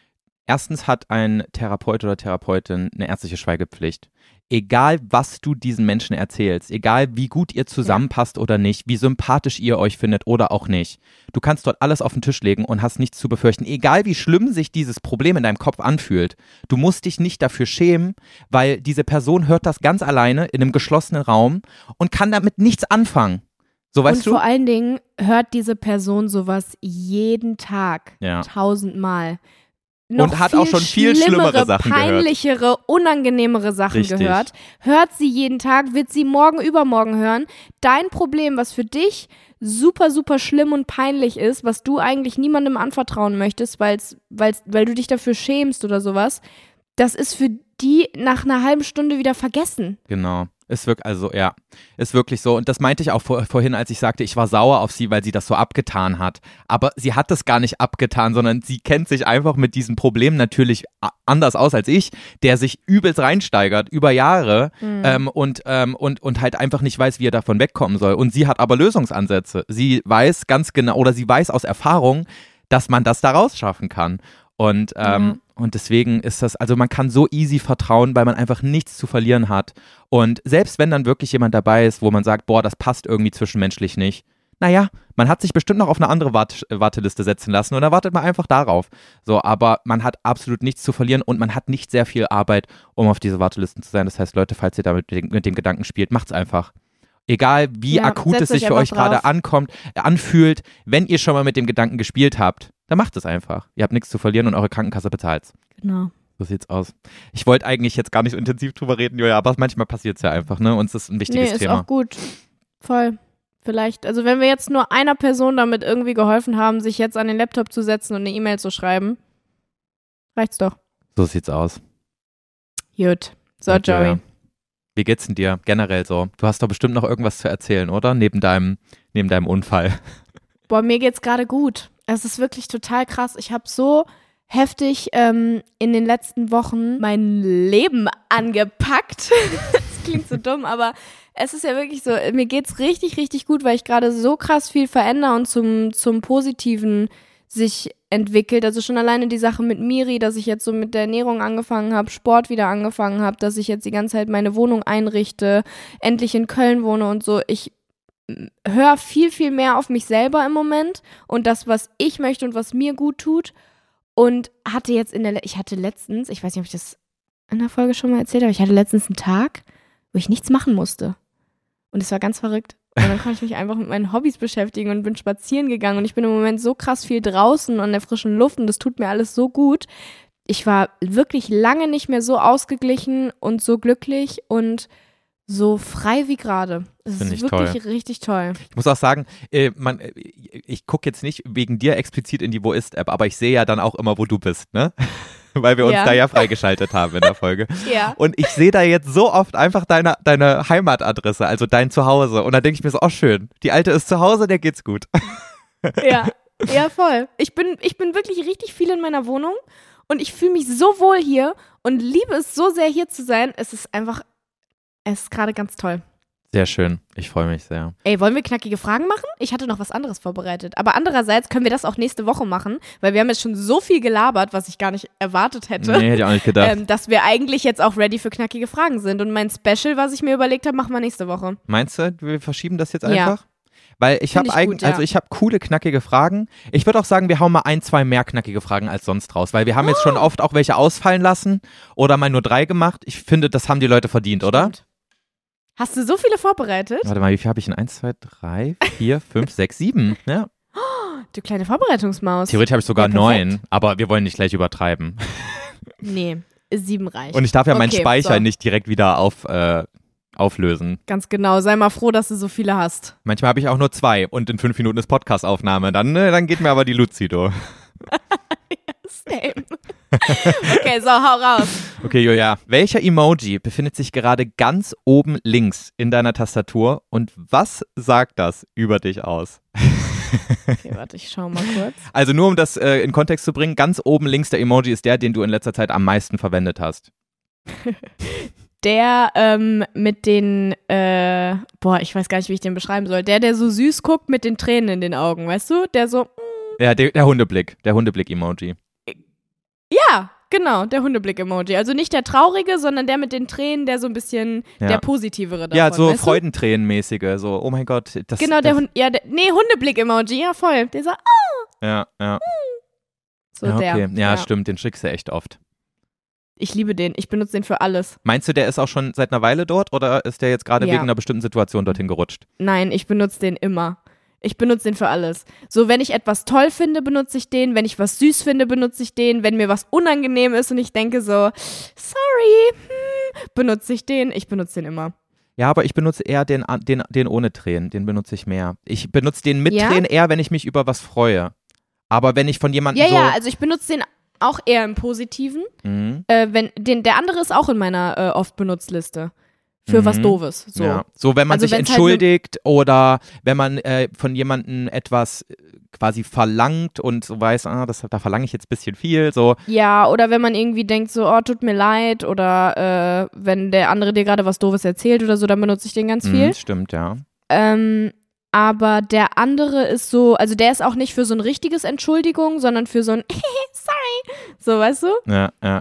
B: Erstens hat ein Therapeut oder Therapeutin eine ärztliche Schweigepflicht. Egal, was du diesen Menschen erzählst, egal wie gut ihr zusammenpasst oder nicht, wie sympathisch ihr euch findet oder auch nicht, du kannst dort alles auf den Tisch legen und hast nichts zu befürchten. Egal, wie schlimm sich dieses Problem in deinem Kopf anfühlt, du musst dich nicht dafür schämen, weil diese Person hört das ganz alleine in einem geschlossenen Raum und kann damit nichts anfangen. So, weißt
A: und
B: du?
A: vor allen Dingen hört diese Person sowas jeden Tag,
B: Ja.
A: tausendmal. Noch
B: Und hat auch schon viel schlimmere Sachen gehört.
A: peinlichere, unangenehmere Sachen
B: Richtig.
A: gehört. Hört sie jeden Tag, wird sie morgen, übermorgen hören. Dein Problem, was für dich super, super schlimm und peinlich ist, was du eigentlich niemandem anvertrauen möchtest, weil's, weil's, weil du dich dafür schämst oder sowas, das ist für die nach einer halben Stunde wieder vergessen.
B: Genau. Ist wirklich, also ja, ist wirklich so. Und das meinte ich auch vor, vorhin, als ich sagte, ich war sauer auf sie, weil sie das so abgetan hat. Aber sie hat das gar nicht abgetan, sondern sie kennt sich einfach mit diesen Problemen natürlich anders aus als ich, der sich übelst reinsteigert über Jahre mhm. ähm, und, ähm, und, und halt einfach nicht weiß, wie er davon wegkommen soll. Und sie hat aber Lösungsansätze. Sie weiß ganz genau, oder sie weiß aus Erfahrung, dass man das da rausschaffen kann. Und, ähm, mhm. und deswegen ist das, also man kann so easy vertrauen, weil man einfach nichts zu verlieren hat. Und selbst wenn dann wirklich jemand dabei ist, wo man sagt, boah, das passt irgendwie zwischenmenschlich nicht, naja, man hat sich bestimmt noch auf eine andere Wart- Warteliste setzen lassen und dann wartet man einfach darauf. So, aber man hat absolut nichts zu verlieren und man hat nicht sehr viel Arbeit, um auf diese Wartelisten zu sein. Das heißt, Leute, falls ihr damit mit, mit dem Gedanken spielt, macht's einfach. Egal wie
A: ja,
B: akut es sich für euch gerade ankommt, äh, anfühlt, wenn ihr schon mal mit dem Gedanken gespielt habt, dann macht es einfach. Ihr habt nichts zu verlieren und eure Krankenkasse bezahlt's.
A: Genau.
B: So sieht's aus. Ich wollte eigentlich jetzt gar nicht so intensiv drüber reden, Julia, aber manchmal passiert es ja einfach, ne? Uns ist ein wichtiges
A: nee, ist
B: Thema.
A: Auch gut. Voll. Vielleicht, also wenn wir jetzt nur einer Person damit irgendwie geholfen haben, sich jetzt an den Laptop zu setzen und eine E-Mail zu schreiben, reicht's doch.
B: So sieht's aus.
A: Gut. So,
B: ja,
A: Joey.
B: Ja. Wie geht's denn dir generell so? Du hast doch bestimmt noch irgendwas zu erzählen, oder? Neben deinem, neben deinem Unfall.
A: Boah, mir geht's gerade gut. Es ist wirklich total krass. Ich habe so heftig ähm, in den letzten Wochen mein Leben angepackt. Das klingt so dumm, aber es ist ja wirklich so, mir geht's richtig, richtig gut, weil ich gerade so krass viel verändere und zum, zum Positiven sich entwickelt. Also schon alleine die Sache mit Miri, dass ich jetzt so mit der Ernährung angefangen habe, Sport wieder angefangen habe, dass ich jetzt die ganze Zeit meine Wohnung einrichte, endlich in Köln wohne und so. Ich höre viel, viel mehr auf mich selber im Moment und das, was ich möchte und was mir gut tut. Und hatte jetzt in der, Le- ich hatte letztens, ich weiß nicht, ob ich das in der Folge schon mal erzählt habe, ich hatte letztens einen Tag, wo ich nichts machen musste. Und es war ganz verrückt. Und dann konnte ich mich einfach mit meinen Hobbys beschäftigen und bin spazieren gegangen. Und ich bin im Moment so krass viel draußen an der frischen Luft und das tut mir alles so gut. Ich war wirklich lange nicht mehr so ausgeglichen und so glücklich und so frei wie gerade. Das
B: Find
A: ist
B: ich
A: wirklich
B: toll.
A: richtig toll.
B: Ich muss auch sagen, äh, man, äh, ich gucke jetzt nicht wegen dir explizit in die Wo ist-App, aber ich sehe ja dann auch immer, wo du bist, ne? Weil wir uns
A: Ja.
B: da ja freigeschaltet haben in der Folge.
A: Ja.
B: Und ich sehe da jetzt so oft einfach deine, deine Heimatadresse, also dein Zuhause. Und da denke ich mir so, oh schön, die Alte ist zu Hause, der geht's gut.
A: Ja, ja, voll. Ich bin, ich bin wirklich richtig viel in meiner Wohnung und ich fühle mich so wohl hier und liebe es so sehr, hier zu sein. Es ist einfach, es ist gerade ganz toll.
B: Sehr schön, ich freue mich sehr.
A: Ey, wollen wir knackige Fragen machen? Ich hatte noch was anderes vorbereitet. Aber andererseits können wir das auch nächste Woche machen, weil wir haben jetzt schon so viel gelabert, was ich gar nicht erwartet hätte.
B: Nee, hätte ich auch nicht gedacht.
A: Ähm, dass wir eigentlich jetzt auch ready für knackige Fragen sind. Und mein Special, was ich mir überlegt habe, machen wir nächste Woche.
B: Meinst du, wir verschieben das jetzt
A: Ja.
B: einfach? Weil ich
A: Find
B: habe
A: ich
B: eigentlich,
A: gut, ja.
B: also ich habe coole, knackige Fragen. Ich würde auch sagen, wir hauen mal ein, zwei mehr knackige Fragen als sonst raus, weil wir haben jetzt schon oft auch welche ausfallen lassen oder mal nur drei gemacht. Ich finde, das haben die Leute verdient, oder?
A: Stimmt. Hast du so viele vorbereitet?
B: Warte mal, wie viel habe ich denn? Eins, zwei, drei, vier, fünf, sechs, sieben. Ja.
A: Du kleine Vorbereitungsmaus.
B: Theoretisch habe ich sogar
A: Ja, perfekt.
B: neun, aber wir wollen nicht gleich übertreiben.
A: Nee, sieben reicht.
B: Und ich darf ja meinen
A: Okay,
B: Speicher
A: so.
B: nicht direkt wieder auf, äh, auflösen.
A: Ganz genau. Sei mal froh, dass du so viele hast.
B: Manchmal habe ich auch nur zwei und in fünf Minuten ist Podcast-Aufnahme. Dann, äh, dann geht mir aber die Lucido.
A: Same. Okay, so, hau raus.
B: Okay, Julia. Welcher Emoji befindet sich gerade ganz oben links in deiner Tastatur und was sagt das über dich aus?
A: Okay, warte, ich schau mal kurz.
B: Also nur um das äh, in Kontext zu bringen, ganz oben links der Emoji ist der, den du in letzter Zeit am meisten verwendet hast.
A: Der ähm, mit den, äh, boah, ich weiß gar nicht, wie ich den beschreiben soll. Der, der so süß guckt mit den Tränen in den Augen, weißt du? Der so,
B: Ja, der, der Hundeblick, der Hundeblick-Emoji.
A: Ja, genau, der Hundeblick-Emoji. Also nicht der traurige, sondern der mit den Tränen, der so ein bisschen
B: Ja.
A: der positivere davon.
B: Ja, so
A: weißt du?
B: Freudentränenmäßige, so, oh mein Gott. Das,
A: Genau,
B: das,
A: der Hund, ja, der, nee, Hundeblick-Emoji, ja voll. Dieser, ah,
B: Ja, ja.
A: so
B: ja,
A: der.
B: okay. Ja, stimmt, den schickst du echt oft.
A: Ich liebe den, ich benutze den für alles.
B: Meinst du, der ist auch schon seit einer Weile dort oder ist der jetzt gerade
A: Ja.
B: wegen einer bestimmten Situation dorthin gerutscht?
A: Nein, ich benutze den immer. Ich benutze den für alles. So, wenn ich etwas toll finde, benutze ich den. Wenn ich was süß finde, benutze ich den. Wenn mir was unangenehm ist und ich denke so, sorry, hm, benutze ich den. Ich benutze den immer.
B: Ja, aber ich benutze eher den, den, den ohne Tränen, den benutze ich mehr. Ich benutze den mit
A: Ja?
B: Tränen eher, wenn ich mich über was freue. Aber wenn ich von jemandem
A: Ja,
B: so...
A: ja, also ich benutze den auch eher im Positiven.
B: Mhm.
A: Äh, wenn, den, der andere ist auch in meiner äh, oft Benutzliste. Für
B: Mhm.
A: was Doofes. So.
B: Ja. So, wenn man
A: Also
B: sich
A: wenn's halt ne-
B: entschuldigt oder wenn man äh, von jemandem etwas äh, quasi verlangt und so weiß, ah, das, da verlange ich jetzt ein bisschen viel, so.
A: Ja, oder wenn man irgendwie denkt so, oh, tut mir leid, oder äh, wenn der andere dir gerade was Doofes erzählt oder so, dann benutze ich den ganz viel.
B: Mhm, stimmt, ja.
A: Ähm, aber der andere ist so, also der ist auch nicht für so ein richtiges Entschuldigung, sondern für so ein sorry, so, weißt du?
B: Ja, ja.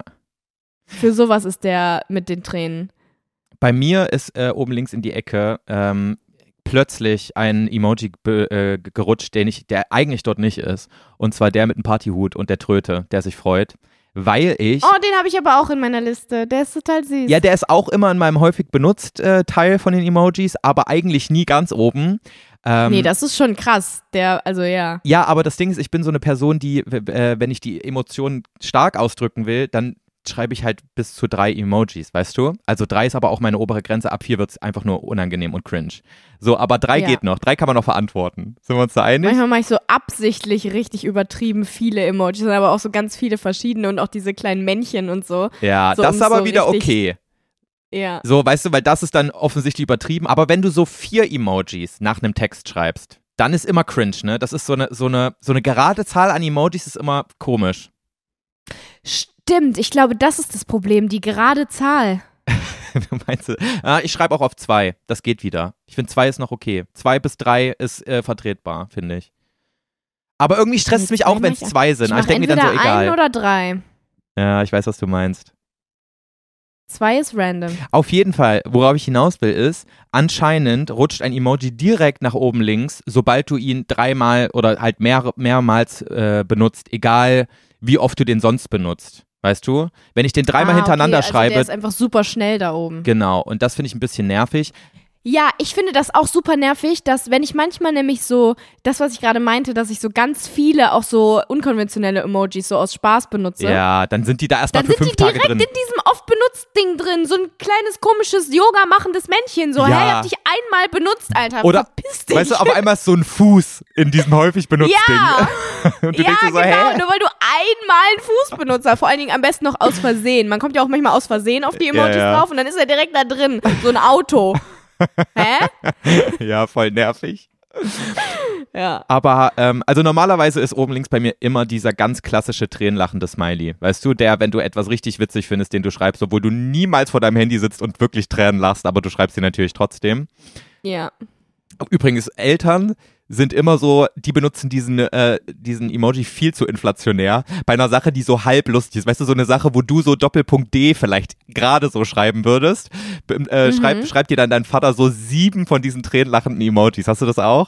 A: Für sowas ist der mit den Tränen.
B: Bei mir ist äh, oben links in die Ecke ähm, plötzlich ein Emoji be, äh, gerutscht, den ich, der eigentlich dort nicht ist. Und zwar der mit dem Partyhut und der Tröte, der sich freut. Weil ich.
A: Oh, den habe ich aber auch in meiner Liste. Der ist total süß.
B: Ja, der ist auch immer in meinem häufig benutzt äh, Teil von den Emojis, aber eigentlich nie ganz oben. Ähm,
A: nee, das ist schon krass. Der, also ja.
B: Ja, aber das Ding ist, ich bin so eine Person, die, äh, wenn ich die Emotionen stark ausdrücken will, dann schreibe ich halt bis zu drei Emojis, weißt du? Also drei ist aber auch meine obere Grenze, ab vier wird es einfach nur unangenehm und cringe. So, aber drei
A: Ja.
B: geht noch, drei kann man noch verantworten. Sind wir uns da einig?
A: Manchmal mache ich so absichtlich richtig übertrieben viele Emojis, aber auch so ganz viele verschiedene und auch diese kleinen Männchen und so.
B: Ja,
A: so,
B: das ist
A: um
B: aber
A: so
B: wieder
A: richtig-
B: okay.
A: Ja.
B: So, weißt du, weil das ist dann offensichtlich übertrieben, aber wenn du so vier Emojis nach einem Text schreibst, dann ist immer cringe, ne? Das ist so eine, so eine, so eine gerade Zahl an Emojis ist immer komisch.
A: Stimmt, ich glaube, das ist das Problem, die gerade Zahl.
B: Du meinst, ah, ich schreibe auch auf zwei. Das geht wieder. Ich finde, zwei ist noch okay. Zwei bis drei ist äh, vertretbar, finde ich. Aber irgendwie stresst es mich auch, wenn es zwei sind.
A: Ich,
B: Aber ich
A: mach
B: denke mir dann so,
A: entweder
B: egal.
A: ein oder drei.
B: Ja, ich weiß, was du meinst.
A: Zwei ist random.
B: Auf jeden Fall, worauf ich hinaus will, ist, anscheinend rutscht ein Emoji direkt nach oben links, sobald du ihn dreimal oder halt mehr, mehrmals äh, benutzt, egal wie oft du den sonst benutzt. Weißt du? Wenn ich den dreimal
A: ah,
B: hintereinander
A: okay, also
B: schreibe.
A: Der ist einfach super schnell da oben.
B: Genau, und das finde ich ein bisschen nervig.
A: Ja, ich finde das auch super nervig, dass wenn ich manchmal nämlich so, das, was ich gerade meinte, dass ich so ganz viele auch so unkonventionelle Emojis so aus Spaß benutze.
B: Ja, dann sind die da erstmal
A: Dann
B: für
A: sind
B: fünf
A: die
B: Tage
A: direkt
B: drin.
A: in diesem oft benutzt Ding drin, so ein kleines komisches Yoga machendes Männchen, so,
B: Ja.
A: hey, hab dich einmal benutzt, Alter,
B: Oder,
A: verpiss dich.
B: weißt du, auf einmal ist so ein Fuß in diesem häufig benutzten
A: Ja.
B: Ding. Und du
A: ja,
B: denkst dir so,
A: genau,
B: hä?
A: nur weil du einmal einen Fuß benutzt hast, vor allen Dingen am besten noch aus Versehen. Man kommt ja auch manchmal aus Versehen auf die Emojis
B: Ja, ja.
A: drauf und dann ist er direkt da drin, so ein Auto. Hä?
B: Ja, voll nervig.
A: Ja.
B: Aber, ähm, also normalerweise ist oben links bei mir immer dieser ganz klassische tränenlachende Smiley. Weißt du, der, wenn du etwas richtig witzig findest, den du schreibst, obwohl du niemals vor deinem Handy sitzt und wirklich Tränen lachst, aber du schreibst ihn natürlich trotzdem.
A: Ja.
B: Übrigens, Eltern sind immer so, die benutzen diesen, äh, diesen Emoji viel zu inflationär bei einer Sache, die so halb lustig ist. Weißt du, so eine Sache, wo du so Doppelpunkt D vielleicht gerade so schreiben würdest, b- äh,
A: Mhm.
B: schreib, schreibt dir dann dein Vater so sieben von diesen tränenlachenden Emojis. Hast du das auch?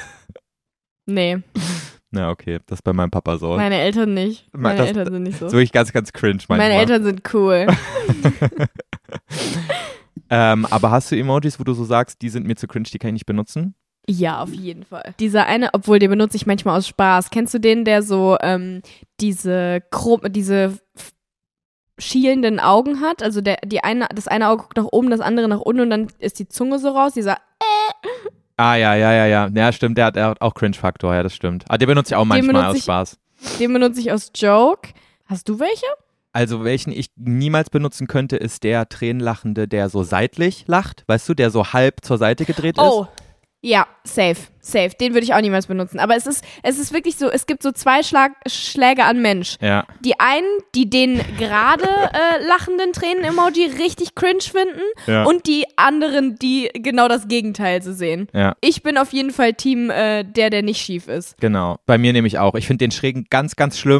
A: Nee,
B: Na, okay, das ist bei meinem Papa so.
A: meine Eltern nicht. Meine
B: Das-
A: Eltern sind nicht so.
B: Das ist wirklich ganz, ganz cringe manchmal.
A: Meine Eltern sind cool.
B: Ähm, aber hast du Emojis, wo du so sagst, die sind mir zu cringe, die kann ich nicht benutzen?
A: Ja, auf jeden Fall. Dieser eine, obwohl den benutze ich manchmal aus Spaß. Kennst du den, der so ähm, diese Chrom diese f- schielenden Augen hat? Also der, die eine, das eine Auge guckt nach oben, das andere nach unten und dann ist die Zunge so raus. Dieser
B: Ah, ja, ja, ja, ja. Ja, stimmt, der hat, der hat auch Cringe-Faktor, ja, das stimmt. Aber den benutze ich auch manchmal
A: benutze
B: aus
A: ich-
B: Spaß.
A: Den benutze ich aus Joke. Hast du welche?
B: Also, welchen ich niemals benutzen könnte, ist der Tränenlachende, der so seitlich lacht, weißt du, der so halb zur Seite gedreht
A: Oh,
B: ist.
A: ja, safe, safe. Den würde ich auch niemals benutzen. Aber es ist, es ist wirklich so, es gibt so zwei Schlag, Schläge an Mensch.
B: Ja,
A: Die einen, die den gerade äh, lachenden Tränen-Emoji richtig cringe finden
B: ja,
A: und die anderen, die genau das Gegenteil so sehen.
B: ja,
A: Ich bin auf jeden Fall Team äh, der, der nicht schief ist.
B: genau. Bei mir nehme ich auch. Ich finde den Schrägen ganz, ganz schlimm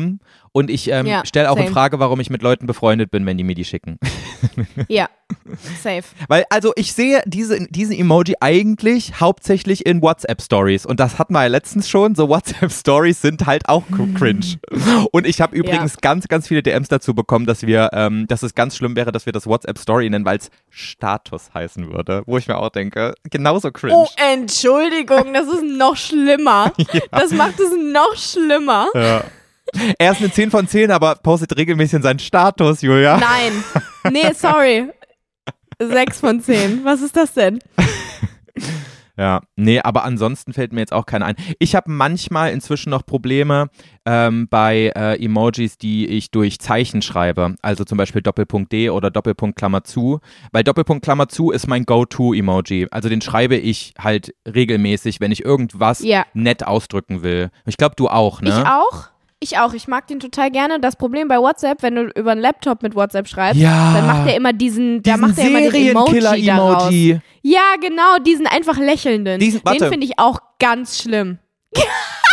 B: und ich ähm,
A: Ja,
B: stelle auch in
A: same.
B: Frage, warum ich mit Leuten befreundet bin, wenn die mir die schicken.
A: Ja, safe.
B: Weil, also ich sehe diese, diesen Emoji eigentlich hauptsächlich in WhatsApp-Stories und das hatten wir ja letztens schon, so WhatsApp-Stories sind halt auch cringe. Und ich habe übrigens
A: Ja.
B: ganz, ganz viele D Ms dazu bekommen, dass wir, ähm, dass es ganz schlimm wäre, dass wir das WhatsApp-Story nennen, weil es Status heißen würde, wo ich mir auch denke, genauso cringe.
A: Oh, Entschuldigung, das ist noch schlimmer.
B: Ja.
A: Das macht es noch schlimmer.
B: Ja. Er ist eine zehn von zehn, aber postet regelmäßig in seinen Status, Julia.
A: Nein. Nee, sorry. sechs von zehn. Was ist das denn?
B: Ja, nee, aber ansonsten fällt mir jetzt auch keiner ein. Ich habe manchmal inzwischen noch Probleme ähm, bei äh, Emojis, die ich durch Zeichen schreibe. Also zum Beispiel Doppelpunkt D oder Doppelpunkt Klammer zu. Weil Doppelpunkt Klammer zu ist mein Go-To-Emoji. Also den schreibe ich halt regelmäßig, wenn ich irgendwas
A: Ja.
B: nett ausdrücken will. Ich glaube, du auch, ne?
A: Ich auch. Ich auch. Ich mag den total gerne. Das Problem bei WhatsApp, wenn du über einen Laptop mit WhatsApp schreibst,
B: Ja.
A: dann macht er immer diesen, da
B: Diesen
A: macht er immer den Emoji daraus.
B: Serienkiller-Emoji.
A: Ja, genau, diesen einfach lächelnden.
B: Diesen- warte.
A: Den finde ich auch ganz schlimm. Ja,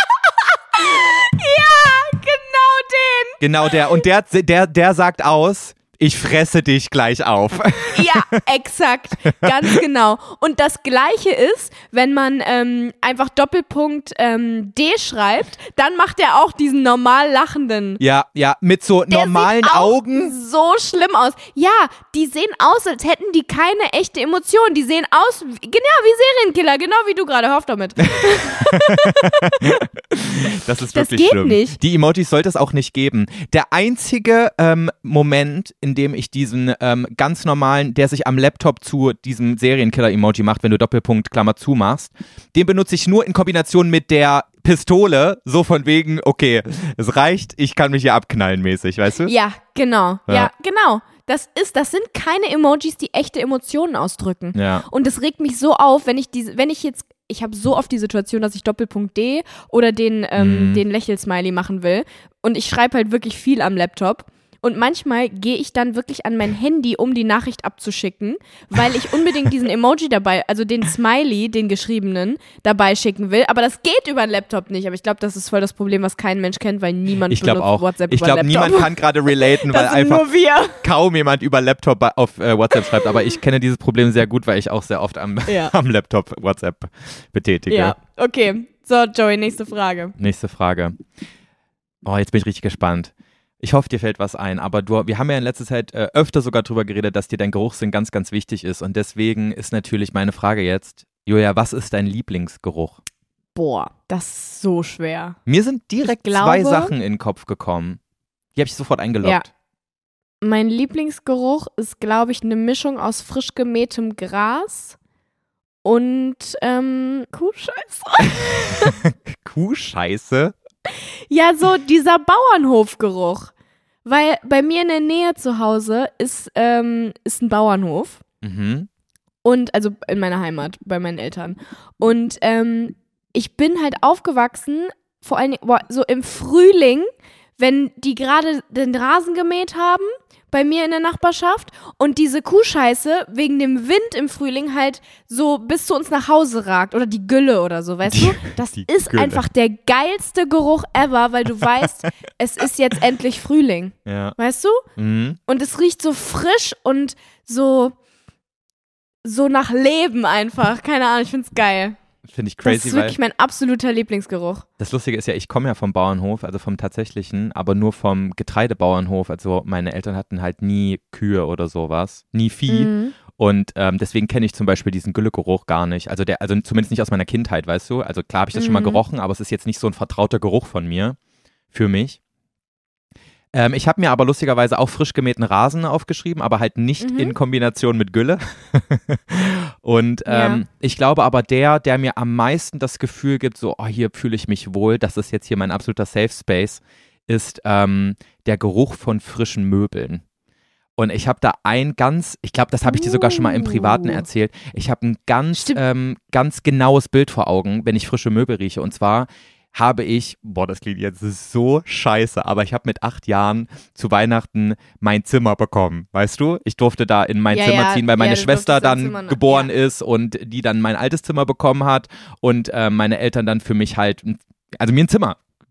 A: genau den.
B: Genau der. Und der, der, der sagt aus, ich fresse dich gleich auf.
A: Ja, exakt, ganz genau. Und das Gleiche ist, wenn man ähm, einfach Doppelpunkt ähm, D schreibt, dann macht er auch diesen normal lachenden.
B: Ja, ja, mit so
A: Der
B: normalen
A: sieht auch
B: Augen.
A: so schlimm aus. Ja, die sehen aus, als hätten die keine echte Emotion. Die sehen aus, wie- genau wie Serienkiller, genau wie du gerade. Hör auf damit.
B: Das ist
A: Das
B: wirklich
A: geht
B: schlimm.
A: nicht.
B: Die Emojis sollte es auch nicht geben. Der einzige ähm, Moment, in dem ich diesen ähm, ganz normalen, der sich am Laptop zu diesem Serienkiller-Emoji macht, wenn du Doppelpunkt Klammer zu machst, den benutze ich nur in Kombination mit der Pistole, so von wegen, okay, es reicht, ich kann mich hier abknallen mäßig, weißt du?
A: Ja, genau. Ja,
B: Ja.
A: genau. Das ist, das sind keine Emojis, die echte Emotionen ausdrücken.
B: Ja.
A: Und das regt mich so auf, wenn ich diese, wenn ich jetzt, ich habe so oft die Situation, dass ich Doppelpunkt D oder den, ähm,
B: Mhm.
A: den Lächelsmiley machen will. Und ich schreibe halt wirklich viel am Laptop. Und manchmal gehe ich dann wirklich an mein Handy, um die Nachricht abzuschicken, weil ich unbedingt diesen Emoji dabei, also den Smiley, den geschriebenen, dabei schicken will. Aber das geht über den Laptop nicht. Aber ich glaube, das ist voll das Problem, was kein Mensch kennt, weil niemand
B: Ich glaube
A: benutzt
B: auch.
A: WhatsApp
B: Ich
A: über
B: glaube,
A: Laptop.
B: niemand kann gerade relaten, weil
A: das sind
B: einfach
A: nur wir.
B: kaum jemand über Laptop bei- auf äh, WhatsApp schreibt. Aber ich kenne dieses Problem sehr gut, weil ich auch sehr oft am,
A: Ja.
B: am Laptop WhatsApp betätige.
A: Ja, okay. So, Joey, nächste Frage.
B: Nächste Frage. Oh, jetzt bin ich richtig gespannt. Ich hoffe, dir fällt was ein, aber du, wir haben ja in letzter Zeit äh, öfter sogar drüber geredet, dass dir dein Geruchssinn ganz, ganz wichtig ist. Und deswegen ist natürlich meine Frage jetzt, Julia, was ist dein Lieblingsgeruch?
A: Boah, das ist so schwer.
B: Mir sind direkt
A: Ich
B: zwei
A: glaube-
B: Sachen in den Kopf gekommen. Die habe ich sofort eingeloggt.
A: Ja. Mein Lieblingsgeruch ist, glaube ich, eine Mischung aus frisch gemähtem Gras und ähm, Kuhscheiße.
B: Kuhscheiße?
A: Ja, so dieser Bauernhofgeruch. Weil bei mir in der Nähe zu Hause ist, ähm, ist ein Bauernhof.
B: Mhm.
A: Und, also in meiner Heimat, bei meinen Eltern. Und ähm, ich bin halt aufgewachsen, vor allen Dingen boah, so im Frühling, wenn die gerade den Rasen gemäht haben, bei mir in der Nachbarschaft, und diese Kuhscheiße wegen dem Wind im Frühling halt so bis zu uns nach Hause ragt. Oder die Gülle oder so, weißt du? Das
B: Die
A: ist
B: Gülle.
A: einfach der geilste Geruch ever, weil du weißt, es ist jetzt endlich Frühling.
B: Ja.
A: Weißt du?
B: Mhm.
A: Und es riecht so frisch und so, so nach Leben einfach. Keine Ahnung, ich find's geil.
B: Finde ich
A: Das
B: crazy,
A: ist
B: weil
A: wirklich mein absoluter Lieblingsgeruch.
B: das Lustige ist ja, ich komme ja vom Bauernhof, also vom tatsächlichen, aber nur vom Getreidebauernhof. Also meine Eltern hatten halt nie Kühe oder sowas, nie Vieh.
A: Mhm.
B: Und ähm, deswegen kenne ich zum Beispiel diesen Güllegeruch gar nicht. Also der, also zumindest nicht aus meiner Kindheit, weißt du? Also klar habe ich das schon mal
A: Mhm.
B: gerochen, aber es ist jetzt nicht so ein vertrauter Geruch von mir, für mich. Ähm, ich habe mir aber lustigerweise auch frisch gemähten Rasen aufgeschrieben, aber halt nicht
A: Mhm.
B: in Kombination mit Gülle. Und ähm,
A: Ja.
B: ich glaube aber der, der mir am meisten das Gefühl gibt, so, oh, hier fühle ich mich wohl, das ist jetzt hier mein absoluter Safe Space, ist ähm, der Geruch von frischen Möbeln. Und ich habe da ein ganz, ich glaube, das habe ich dir sogar schon mal im Privaten
A: Uh.
B: erzählt. Ich habe ein ganz,
A: Stimmt.
B: ähm, ganz genaues Bild vor Augen, wenn ich frische Möbel rieche. Und zwar habe ich, boah, das klingt jetzt so scheiße, aber ich habe mit acht Jahren zu Weihnachten mein Zimmer bekommen, weißt du? Ich durfte da in mein
A: Ja,
B: Zimmer
A: ja,
B: ziehen, weil
A: ja,
B: meine
A: du
B: Schwester
A: durftest im
B: dann
A: Zimmer noch-
B: geboren
A: ja.
B: ist und die dann mein altes Zimmer bekommen hat und äh, meine Eltern dann für mich halt, also mir ein Zimmer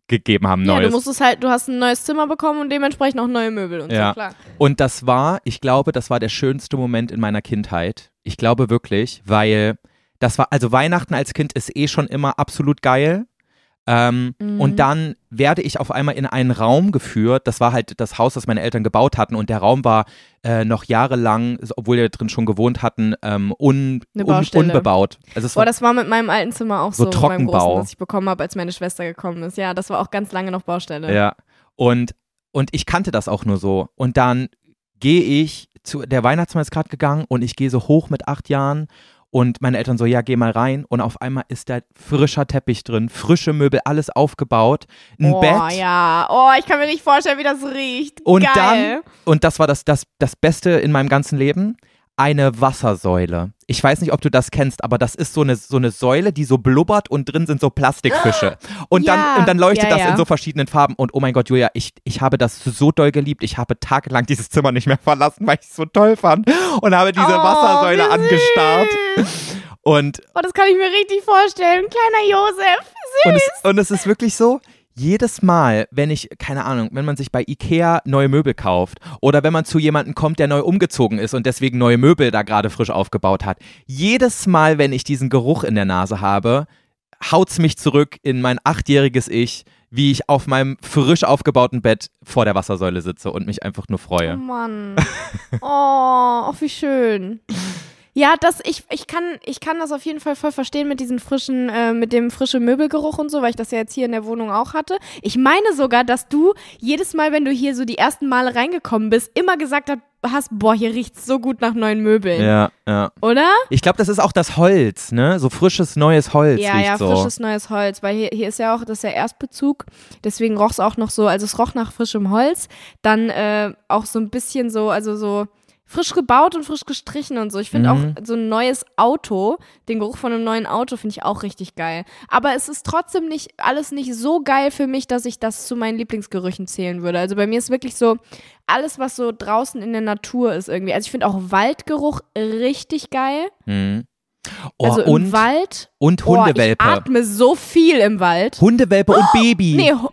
B: gegeben haben,
A: Ja,
B: neues.
A: du musstest halt, du hast ein neues Zimmer bekommen und dementsprechend auch neue Möbel und
B: Ja.
A: so, klar.
B: Und das war, ich glaube, das war der schönste Moment in meiner Kindheit. Ich glaube wirklich, weil das war, also Weihnachten als Kind ist eh schon immer absolut geil. Ähm,
A: Mhm.
B: Und dann werde ich auf einmal in einen Raum geführt, das war halt das Haus, das meine Eltern gebaut hatten und der Raum war äh, noch jahrelang, obwohl wir drin schon gewohnt hatten, ähm, un,
A: Eine
B: un,
A: Baustelle.
B: unbebaut. Also es
A: Boah,
B: war,
A: das war mit meinem alten Zimmer auch
B: So
A: so,
B: Trockenbau.
A: meinem großen, das ich bekommen habe, als meine Schwester gekommen ist. Ja, das war auch ganz lange noch Baustelle.
B: ja. Und, und ich kannte das auch nur so. Und dann gehe ich zu, der Weihnachtsmann ist gerade gegangen und ich gehe so hoch mit acht Jahren. Und meine Eltern so, ja, geh mal rein. Und auf einmal ist da frischer Teppich drin, frische Möbel, alles aufgebaut, ein
A: oh,
B: Bett.
A: ja. Oh, ich kann mir nicht vorstellen, wie das riecht.
B: Und
A: Geil.
B: dann, und das war das, das, das Beste in meinem ganzen Leben, eine Wassersäule. Ich weiß nicht, ob du das kennst, aber das ist so eine, so eine Säule, die so blubbert und drin sind so Plastikfische. Und,
A: Ja,
B: dann, und dann leuchtet
A: ja,
B: das
A: ja.
B: in so verschiedenen Farben. Und oh mein Gott, Julia, ich, ich habe das so doll geliebt. Ich habe tagelang dieses Zimmer nicht mehr verlassen, weil ich es so toll fand. Und habe diese
A: Oh,
B: Wassersäule
A: wie
B: angestarrt.
A: süß.
B: Und
A: Oh, das kann ich mir richtig vorstellen. Kleiner Josef. Süß.
B: Und es, und es ist wirklich so, jedes Mal, wenn ich, keine Ahnung, wenn man sich bei Ikea neue Möbel kauft oder wenn man zu jemandem kommt, der neu umgezogen ist und deswegen neue Möbel da gerade frisch aufgebaut hat, jedes Mal, wenn ich diesen Geruch in der Nase habe, haut's mich zurück in mein achtjähriges Ich, wie ich auf meinem frisch aufgebauten Bett vor der Wassersäule sitze und mich einfach nur
A: Oh
B: freue.
A: Mann. Oh, oh, wie schön. Ja, das, ich, ich kann, ich kann das auf jeden Fall voll verstehen mit diesen frischen, äh, mit dem frischen Möbelgeruch und so, weil ich das ja jetzt hier in der Wohnung auch hatte. Ich meine sogar, dass du jedes Mal, wenn du hier so die ersten Male reingekommen bist, immer gesagt hast, boah, hier riecht's so gut nach neuen Möbeln.
B: Ja, ja.
A: Oder?
B: Ich glaube, das ist auch das Holz, ne? So frisches, neues Holz
A: Ja,
B: riecht
A: ja,
B: so.
A: frisches neues Holz, weil hier, hier ist ja auch, das ist ja Erstbezug, deswegen roch es auch noch so, also es roch nach frischem Holz, dann äh, auch so ein bisschen so, also so frisch gebaut und frisch gestrichen und so. Ich finde
B: Mhm.
A: auch so ein neues Auto, den Geruch von einem neuen Auto finde ich auch richtig geil. Aber es ist trotzdem nicht, alles nicht so geil für mich, dass ich das zu meinen Lieblingsgerüchen zählen würde. Also bei mir ist wirklich so, alles was so draußen in der Natur ist irgendwie. Also ich finde auch Waldgeruch richtig geil.
B: Mhm. Oh,
A: also im
B: und,
A: Wald.
B: und
A: Oh, ich
B: Hundewelpe.
A: atme so viel im Wald.
B: Hundewelpe und Baby.
A: Nee, Hu-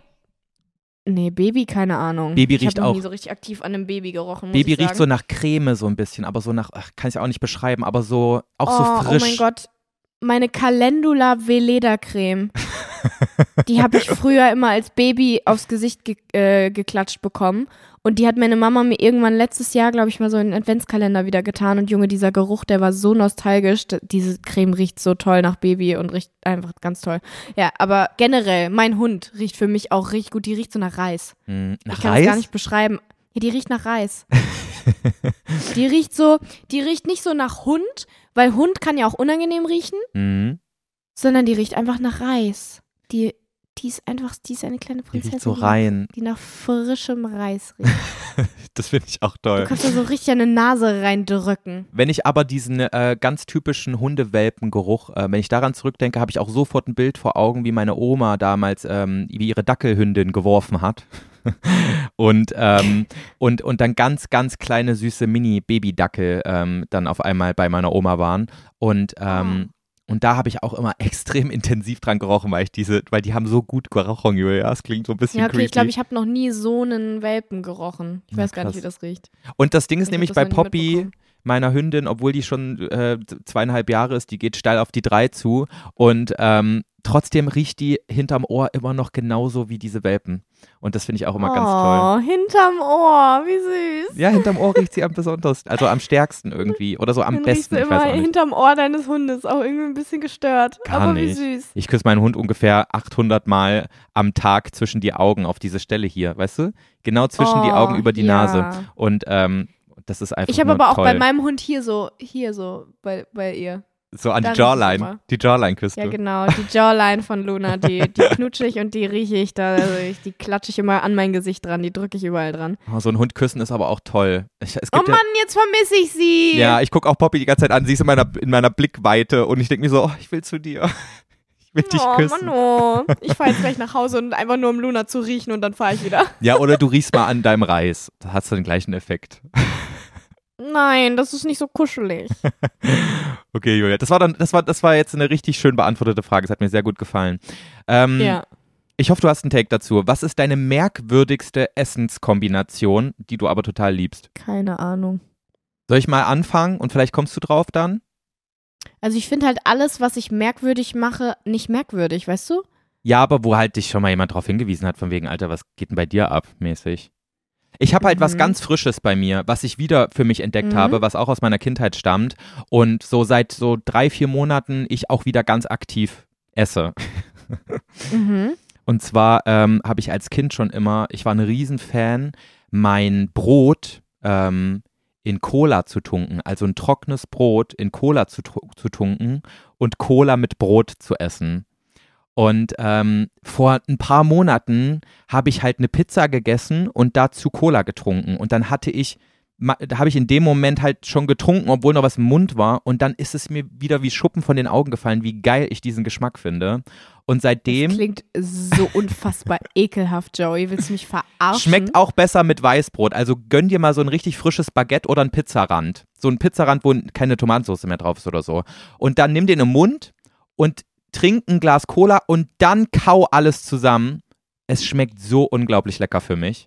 A: nee, Baby, keine Ahnung.
B: Baby
A: ich
B: riecht
A: habe noch
B: auch.
A: nie so richtig aktiv an einem Baby gerochen, muss
B: Baby
A: ich
B: riecht
A: sagen.
B: so nach Creme so ein bisschen, aber so nach, ach, kann ich auch nicht beschreiben, aber so, auch
A: oh,
B: so frisch.
A: Oh mein Gott, meine Calendula Veleda Creme. Die habe ich früher immer als Baby aufs Gesicht ge äh, geklatscht bekommen. Und die hat meine Mama mir irgendwann letztes Jahr, glaube ich, mal so einen Adventskalender wieder getan. Und Junge, dieser Geruch, der war so nostalgisch. D- Diese Creme riecht so toll nach Baby und riecht einfach ganz toll. Ja, aber generell, mein Hund riecht für mich auch richtig gut. Die riecht so nach Reis.
B: Hm, nach
A: Ich kann
B: Reis?
A: es gar nicht beschreiben. Ja, die riecht nach Reis. Die riecht so, die riecht nicht so nach Hund, weil Hund kann ja auch unangenehm riechen,
B: Hm,
A: sondern die riecht einfach nach Reis. Die, die ist einfach, die ist eine kleine
B: die
A: Prinzessin,
B: riecht so
A: die,
B: rein.
A: die nach frischem Reis riecht.
B: Das finde ich auch
A: Du
B: toll.
A: kannst da so richtig eine Nase reindrücken.
B: Wenn ich aber diesen äh, ganz typischen Hundewelpengeruch, äh, wenn ich daran zurückdenke, habe ich auch sofort ein Bild vor Augen, wie meine Oma damals, ähm, wie ihre Dackelhündin geworfen hat. und, ähm, und, und dann ganz, ganz kleine, süße Mini-Baby-Dackel ähm, dann auf einmal bei meiner Oma waren. Und, ähm, und da habe ich auch immer extrem intensiv dran gerochen, weil ich diese, weil die haben so gut gerochen, Julia. Das klingt so ein bisschen
A: Ja, okay,
B: creepy.
A: ich glaube, ich habe noch nie so einen Welpen gerochen. Ich
B: Ja,
A: weiß gar nicht,
B: krass.
A: wie das riecht.
B: Und das Ding ist
A: Ich hab
B: nämlich
A: das
B: bei
A: noch nie
B: Poppy,
A: mitbekommen.
B: meiner Hündin, obwohl die schon äh, zweieinhalb Jahre ist, die geht steil auf die drei zu und ähm, trotzdem riecht die hinterm Ohr immer noch genauso wie diese Welpen. Und das finde ich auch immer
A: oh,
B: ganz toll.
A: hinterm Ohr, wie süß.
B: Ja, hinterm Ohr riecht sie am besondersten, also am stärksten irgendwie oder so am
A: Dann riechst
B: besten,
A: du
B: ich
A: immer
B: weiß auch nicht.
A: hinterm Ohr deines Hundes, auch irgendwie ein bisschen gestört.
B: Gar
A: aber
B: nicht.
A: wie süß.
B: Ich küsse meinen Hund ungefähr achthundert Mal am Tag zwischen die Augen auf diese Stelle hier, weißt du? Genau zwischen die
A: Oh,
B: Augen über die
A: ja.
B: Nase. Und ähm, das ist einfach
A: Ich habe
B: nur
A: aber auch
B: toll.
A: bei meinem Hund hier so, hier so, bei, bei ihr.
B: so an
A: da
B: die
A: riech ich
B: Jawline.
A: immer.
B: Die Jawline küsst
A: Ja,
B: du.
A: genau, die Jawline von Luna, die, die knutsche ich und die rieche ich da, also ich, die klatsche ich immer an mein Gesicht dran, die drücke ich überall dran.
B: Oh, so ein Hund küssen ist aber auch toll. Ich, es
A: Oh
B: gibt
A: Mann, jetzt vermisse ich sie.
B: ja, ja, ich gucke auch Poppy die ganze Zeit an. Sie ist in meiner, in meiner Blickweite und ich denke mir so, oh, ich will zu dir. Ich will dich
A: oh,
B: küssen.
A: Mann, oh. Ich fahre jetzt gleich nach Hause und einfach nur um Luna zu riechen und dann fahre ich wieder.
B: Ja, oder du riechst mal an deinem Reis. Da hast du den gleichen Effekt.
A: Nein, das ist nicht so kuschelig.
B: Okay, Julia, das war dann, das war, das war jetzt eine richtig schön beantwortete Frage. Das hat mir sehr gut gefallen. Ähm,
A: Ja.
B: Ich hoffe, du hast einen Take dazu. Was ist deine merkwürdigste Essenskombination, die du aber total liebst?
A: Keine Ahnung.
B: Soll ich mal anfangen und vielleicht kommst du drauf dann?
A: Also ich finde halt alles, was ich merkwürdig mache, nicht merkwürdig, weißt du?
B: Ja, aber wo halt dich schon mal jemand drauf hingewiesen hat, von wegen, Alter, was geht denn bei dir ab, mäßig? Ich habe halt
A: Mhm.
B: was ganz Frisches bei mir, was ich wieder für mich entdeckt
A: Mhm.
B: habe, was auch aus meiner Kindheit stammt und so seit so drei, vier Monaten ich auch wieder ganz aktiv esse.
A: Mhm.
B: Und zwar ähm, habe ich als Kind schon immer, ich war ein Riesenfan, mein Brot ähm, in Cola zu tunken, also ein trockenes Brot in Cola zu, zu tunken und Cola mit Brot zu essen. Und ähm, vor ein paar Monaten habe ich halt eine Pizza gegessen und dazu Cola getrunken. Und dann hatte ich, da habe ich in dem Moment halt schon getrunken, obwohl noch was im Mund war. Und dann ist es mir wieder wie Schuppen von den Augen gefallen, wie geil ich diesen Geschmack finde. Und seitdem
A: Das klingt so unfassbar ekelhaft, Joey. Willst du mich verarschen?
B: schmeckt auch besser mit Weißbrot. Also gönn dir mal so ein richtig frisches Baguette oder ein Pizzarand. So ein Pizzarand, wo keine Tomatensauce mehr drauf ist oder so. Und dann nimm den im Mund und trink ein Glas Cola und dann kau alles zusammen. Es schmeckt so unglaublich lecker für mich.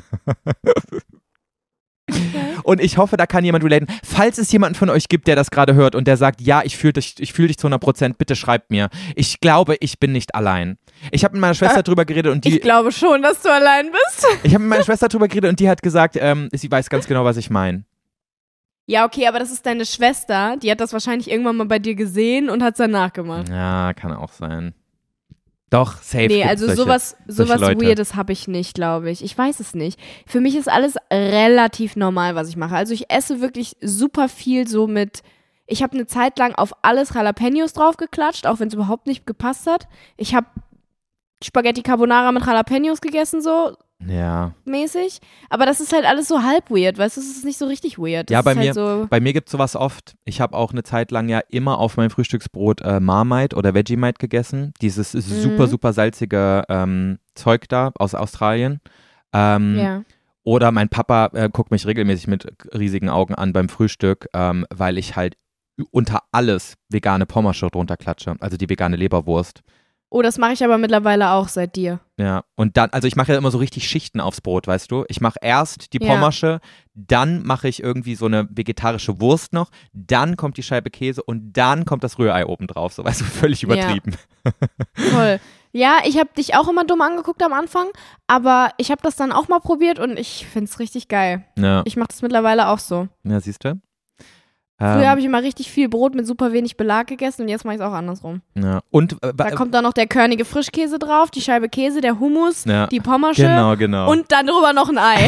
A: Okay.
B: Und ich hoffe, da kann jemand relaten. Falls es jemanden von euch gibt, der das gerade hört und der sagt, ja, ich fühle dich, ich fühl dich zu hundert Prozent, bitte schreibt mir. Ich glaube, ich bin nicht allein. Ich habe mit meiner Schwester
A: Äh,
B: drüber geredet und die,
A: Ich glaube schon, dass du allein bist.
B: ich habe mit meiner Schwester drüber geredet und die hat gesagt, ähm, sie weiß ganz genau, was ich meine.
A: Ja, okay, aber das ist deine Schwester. Die hat das wahrscheinlich irgendwann mal bei dir gesehen und hat es dann nachgemacht.
B: Ja, kann auch sein. Doch, safe.
A: Nee,
B: gibt's
A: also
B: solche,
A: sowas,
B: solche
A: sowas
B: Leute.
A: Weirdes habe ich nicht, glaube ich. Ich weiß es nicht. Für mich ist alles relativ normal, was ich mache. Also ich esse wirklich super viel so mit, ich habe eine Zeit lang auf alles Jalapenos draufgeklatscht, auch wenn es überhaupt nicht gepasst hat. Ich habe Spaghetti Carbonara mit Jalapenos gegessen, so
B: Ja.
A: mäßig. Aber das ist halt alles so halb weird, weißt du, es ist nicht so richtig weird. Das
B: Ja, bei
A: ist
B: mir-
A: halt so,
B: Bei mir gibt es sowas oft. Ich habe auch eine Zeit lang ja immer auf meinem Frühstücksbrot äh, Marmite oder Vegemite gegessen. Dieses super,
A: Mhm.
B: super salzige ähm, Zeug da aus Australien. Ähm,
A: ja.
B: Oder mein Papa äh, guckt mich regelmäßig mit riesigen Augen an beim Frühstück, ähm, weil ich halt unter alles vegane Pommes drunter klatsche. Also die vegane Leberwurst.
A: Oh, das mache ich aber mittlerweile auch seit dir.
B: Ja, und dann, also ich mache ja immer so richtig Schichten aufs Brot, weißt du? Ich mache erst die
A: Ja.
B: Pommasche, dann mache ich irgendwie so eine vegetarische Wurst noch, dann kommt die Scheibe Käse und dann kommt das Rührei oben drauf, so, weißt du, völlig übertrieben.
A: Voll. Ja, ich habe dich auch immer dumm angeguckt am Anfang, aber ich habe das dann auch mal probiert und ich finde es richtig geil.
B: Ja,
A: Ich mache das mittlerweile auch so.
B: ja siehst du?
A: Früher
B: Ähm,
A: habe ich immer richtig viel Brot mit super wenig Belag gegessen und jetzt mache ich es auch andersrum.
B: ja. Und, äh,
A: Da
B: wa-
A: kommt dann noch der körnige Frischkäse drauf, die Scheibe Käse, der Hummus,
B: ja,
A: die Pommasche
B: genau, genau.
A: und dann drüber noch ein Ei.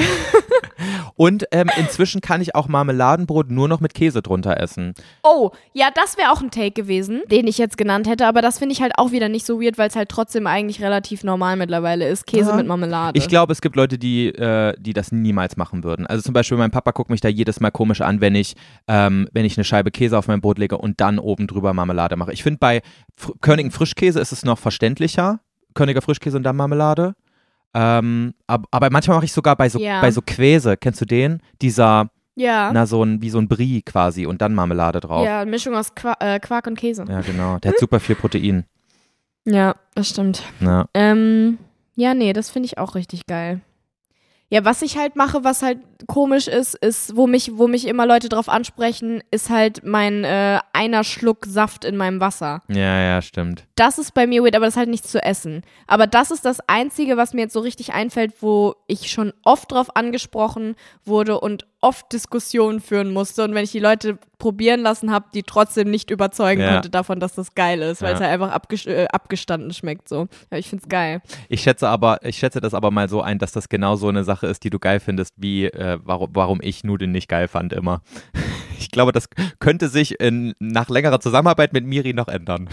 B: Und ähm, inzwischen kann ich auch Marmeladenbrot nur noch mit Käse drunter essen.
A: Oh, ja, das wäre auch ein Take gewesen, den ich jetzt genannt hätte, aber das finde ich halt auch wieder nicht so weird, weil es halt trotzdem eigentlich relativ normal mittlerweile ist. Käse
B: Ja.
A: mit Marmelade.
B: Ich glaube, es gibt Leute, die, äh, die das niemals machen würden. Also zum Beispiel mein Papa guckt mich da jedes Mal komisch an, wenn ich, ähm, wenn ich eine Scheibe Käse auf mein Brot lege und dann oben drüber Marmelade mache. Ich finde, bei Fr- Körnigen Frischkäse ist es noch verständlicher. Körniger Frischkäse und dann Marmelade. Ähm, ab, aber manchmal mache ich sogar bei so,
A: Ja.
B: bei so Quäse, kennst du den? Dieser,
A: ja.
B: na so ein, wie so ein Brie quasi und dann Marmelade drauf.
A: Ja, Mischung aus Qua äh, Quark und Käse.
B: Ja, genau. Der hat super viel Protein.
A: Ja, das stimmt.
B: Ja.
A: Ähm, ja, nee, das finde ich auch richtig geil. Ja, was ich halt mache, was halt komisch ist, ist, wo mich, wo mich immer Leute drauf ansprechen, ist halt mein äh, einer Schluck Saft in meinem Wasser.
B: ja, ja, stimmt.
A: Das ist bei mir weird, aber das ist halt nichts zu essen. Aber das ist das Einzige, was mir jetzt so richtig einfällt, wo ich schon oft drauf angesprochen wurde und oft Diskussionen führen musste. Und wenn ich die Leute probieren lassen habe, die trotzdem nicht überzeugen
B: Ja.
A: konnte davon, dass das geil ist, weil
B: Ja.
A: es halt einfach abges äh, abgestanden schmeckt. So. Ja, ich find's geil.
B: Ich schätze aber, ich schätze das aber mal so ein, dass das genau so eine Sache ist, die du geil findest, wie äh, warum, warum ich Nudeln nicht geil fand immer. Ich glaube, das könnte sich in, nach längerer Zusammenarbeit mit Miri noch ändern.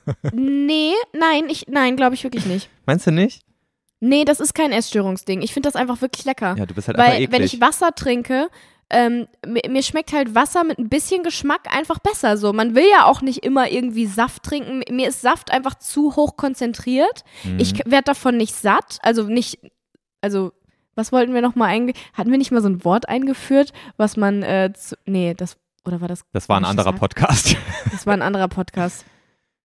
A: Nee, nein, ich, nein, glaube ich wirklich nicht.
B: Meinst du nicht?
A: Nee, das ist kein Essstörungsding. Ich finde das einfach wirklich lecker.
B: Ja, du bist halt einfach
A: Weil,
B: eklig.
A: wenn ich Wasser trinke, ähm, mir, mir schmeckt halt Wasser mit ein bisschen Geschmack einfach besser. So, man will ja auch nicht immer irgendwie Saft trinken. Mir ist Saft einfach zu hoch konzentriert.
B: Mhm.
A: Ich werde davon nicht satt. Also nicht, also, was wollten wir nochmal einge... Hatten wir nicht mal so ein Wort eingeführt, was man, äh, zu, nee, das, oder war das...
B: Das war ein
A: hab ich
B: anderer
A: gesagt?
B: Podcast.
A: Das war ein anderer Podcast.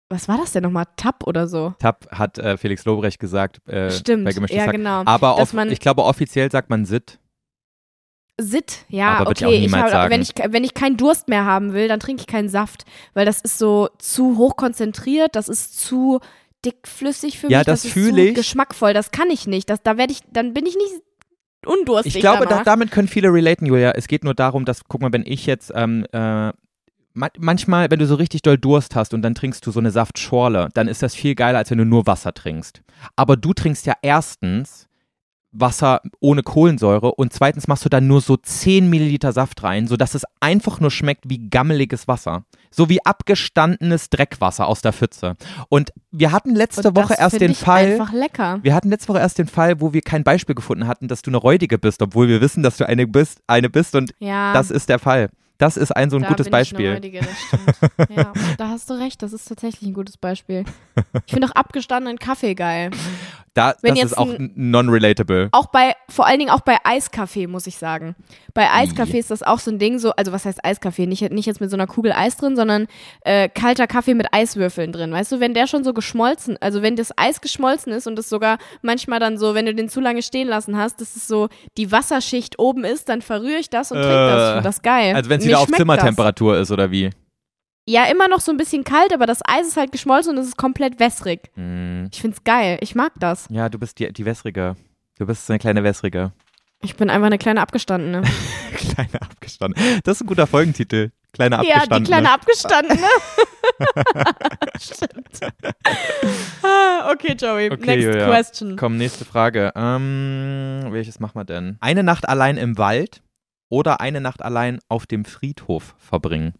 A: Was war das denn nochmal? Tab oder so?
B: Tab hat äh, Felix Lobrecht gesagt. Äh,
A: Stimmt,
B: bei Gemischtes
A: ja
B: Hack.
A: genau.
B: Aber
A: Dass
B: off-
A: man-
B: ich glaube, offiziell sagt man Sit.
A: Sit, ja,
B: Aber würd ich
A: okay.
B: auch niemals
A: hab-
B: sagen.
A: Wenn, ich, wenn ich keinen Durst mehr haben will, dann trinke ich keinen Saft, weil das ist so zu hochkonzentriert, das ist zu dickflüssig für
B: Ja,
A: mich,
B: das
A: das ist
B: fühl
A: zu
B: ich.
A: geschmackvoll, das kann ich nicht. Das, da werde ich, dann bin ich nicht undurstig
B: Ich glaube,
A: danach.
B: da, damit können viele relaten, Julia. Es geht nur darum, dass, guck mal, wenn ich jetzt ähm, äh, ma- manchmal, wenn du so richtig doll Durst hast und dann trinkst du so eine Saftschorle, dann ist das viel geiler, als wenn du nur Wasser trinkst. Aber du trinkst ja erstens Wasser ohne Kohlensäure und zweitens machst du dann nur so zehn Milliliter Saft rein, sodass es einfach nur schmeckt wie gammeliges Wasser. So wie abgestandenes Dreckwasser aus der Pfütze. Und wir hatten letzte
A: Und
B: Woche
A: das
B: erst
A: find
B: den
A: ich
B: Fall,
A: einfach lecker.
B: wir hatten letzte Woche erst den Fall, wo wir kein Beispiel gefunden hatten, dass du eine Räudige bist, obwohl wir wissen, dass du eine bist, eine bist und
A: Ja,
B: das ist der Fall. Das ist ein so ein
A: da
B: gutes
A: bin ich eine
B: Beispiel.
A: Räudige, das stimmt. Ja, da hast du recht, das ist tatsächlich ein gutes Beispiel. Ich finde auch abgestandenen Kaffee geil.
B: Da,
A: Wenn
B: das
A: jetzt
B: ist auch
A: ein-
B: non-relatable.
A: Auch bei, vor allen Dingen auch bei Eiskaffee, muss ich sagen. Bei Eiskaffee
B: I.
A: ist das auch so ein Ding, so, also was heißt Eiskaffee? Nicht, nicht jetzt mit so einer Kugel Eis drin, sondern äh, kalter Kaffee mit Eiswürfeln drin. Weißt du, wenn der schon so geschmolzen, also wenn das Eis geschmolzen ist und es sogar manchmal dann so, wenn du den zu lange stehen lassen hast, dass es so die Wasserschicht oben ist, dann verrühre ich das und trinke das. Ich finde das geil.
B: Also wenn es
A: Mir
B: wieder auf
A: schmeckt
B: Zimmertemperatur ist, oder wie?
A: Das. Ja, immer noch so ein bisschen kalt, aber das Eis ist halt geschmolzen und es ist komplett wässrig.
B: Hm.
A: Ich find's geil. Ich mag das.
B: Ja, du bist die, die Wässrige. Du bist so eine kleine Wässrige.
A: Ich bin einfach eine kleine Abgestandene.
B: Kleine Abgestandene. Das ist ein guter Folgentitel. Kleine
A: Ja,
B: Abgestandene.
A: die kleine Abgestandene. Stimmt. Ah, okay, Joey.
B: Okay,
A: Next
B: Julia.
A: question.
B: Komm, nächste Frage. Ähm, welches machen wir denn? Eine Nacht allein im Wald oder eine Nacht allein auf dem Friedhof verbringen?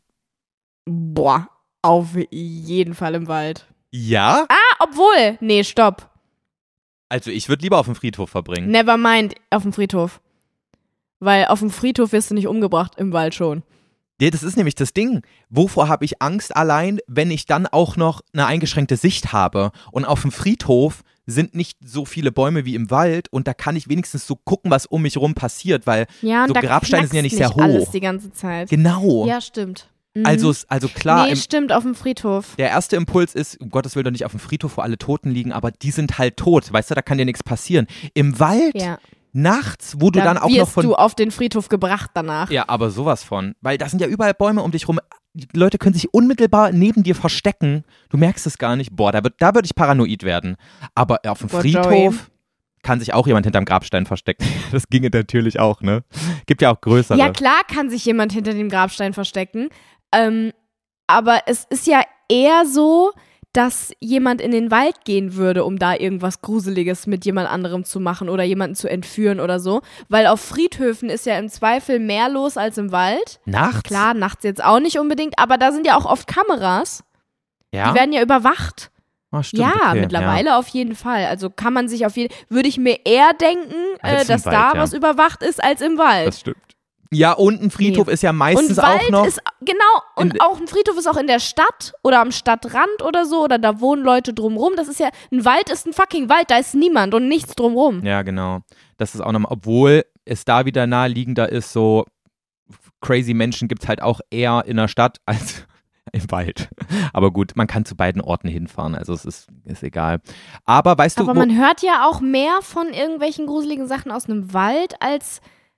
A: Boah, auf jeden Fall im Wald.
B: Ja?
A: Ah, obwohl. Nee, stopp.
B: Also ich würde lieber auf dem Friedhof verbringen.
A: Never mind, auf dem Friedhof. Weil auf dem Friedhof wirst du nicht umgebracht, im Wald schon.
B: Nee, das ist nämlich das Ding. Wovor habe ich Angst allein, wenn ich dann auch noch eine eingeschränkte Sicht habe? Und auf dem Friedhof sind nicht so viele Bäume wie im Wald und da kann ich wenigstens so gucken, was um mich rum passiert, weil
A: Ja, und
B: so
A: da
B: Grabsteine sind ja nicht
A: knackst
B: sehr
A: alles
B: hoch.
A: die ganze Zeit.
B: Genau.
A: Ja, stimmt. Mhm.
B: Also, also klar,
A: nee,
B: im,
A: stimmt, auf dem Friedhof.
B: der erste Impuls ist, um Gottes Willen doch nicht auf dem Friedhof, wo alle Toten liegen, aber die sind halt tot, weißt du, da kann dir nichts passieren. Im Wald,
A: Ja.
B: nachts, wo du
A: Da
B: dann auch
A: wirst
B: noch von...
A: du auf den Friedhof gebracht danach.
B: Ja, aber sowas von. Weil da sind ja überall Bäume um dich rum. Die Leute können sich unmittelbar neben dir verstecken. Du merkst es gar nicht. Boah, da würde da würd ich paranoid werden. Aber auf dem
A: Boah,
B: Friedhof
A: Joey.
B: kann sich auch jemand hinterm Grabstein verstecken. Das ginge natürlich auch, ne? Gibt ja auch größere.
A: Ja, klar kann sich jemand hinter dem Grabstein verstecken. Ähm, aber es ist ja eher so, dass jemand in den Wald gehen würde, um da irgendwas Gruseliges mit jemand anderem zu machen oder jemanden zu entführen oder so. Weil auf Friedhöfen ist ja im Zweifel mehr los als im Wald.
B: Nachts?
A: Klar, nachts jetzt auch nicht unbedingt, aber da sind ja auch oft Kameras.
B: Ja?
A: Die werden ja überwacht.
B: Ah, stimmt,
A: Ja,
B: okay,
A: mittlerweile
B: ja.
A: auf jeden Fall. Also kann man sich auf jeden würde ich mir eher denken,
B: Als
A: äh,
B: im
A: dass
B: Wald,
A: da
B: ja.
A: was überwacht ist als im Wald.
B: Das stimmt. Ja, und ein Friedhof ist ja meistens
A: Und Wald
B: auch noch...
A: ist, genau, und
B: in-
A: auch ein Friedhof ist auch in der Stadt oder am Stadtrand oder so, oder da wohnen Leute drumrum. Das ist ja, ein Wald ist ein fucking Wald, da ist niemand und nichts drumrum.
B: Ja, genau. Das ist auch nochmal, obwohl es da wieder naheliegender ist, so crazy Menschen gibt es halt auch eher in der Stadt als im Wald. Aber gut, man kann zu beiden Orten hinfahren, also es ist, ist egal. Aber weißt du,
A: Aber
B: wo,
A: man hört ja auch mehr von irgendwelchen gruseligen Sachen aus einem Wald als,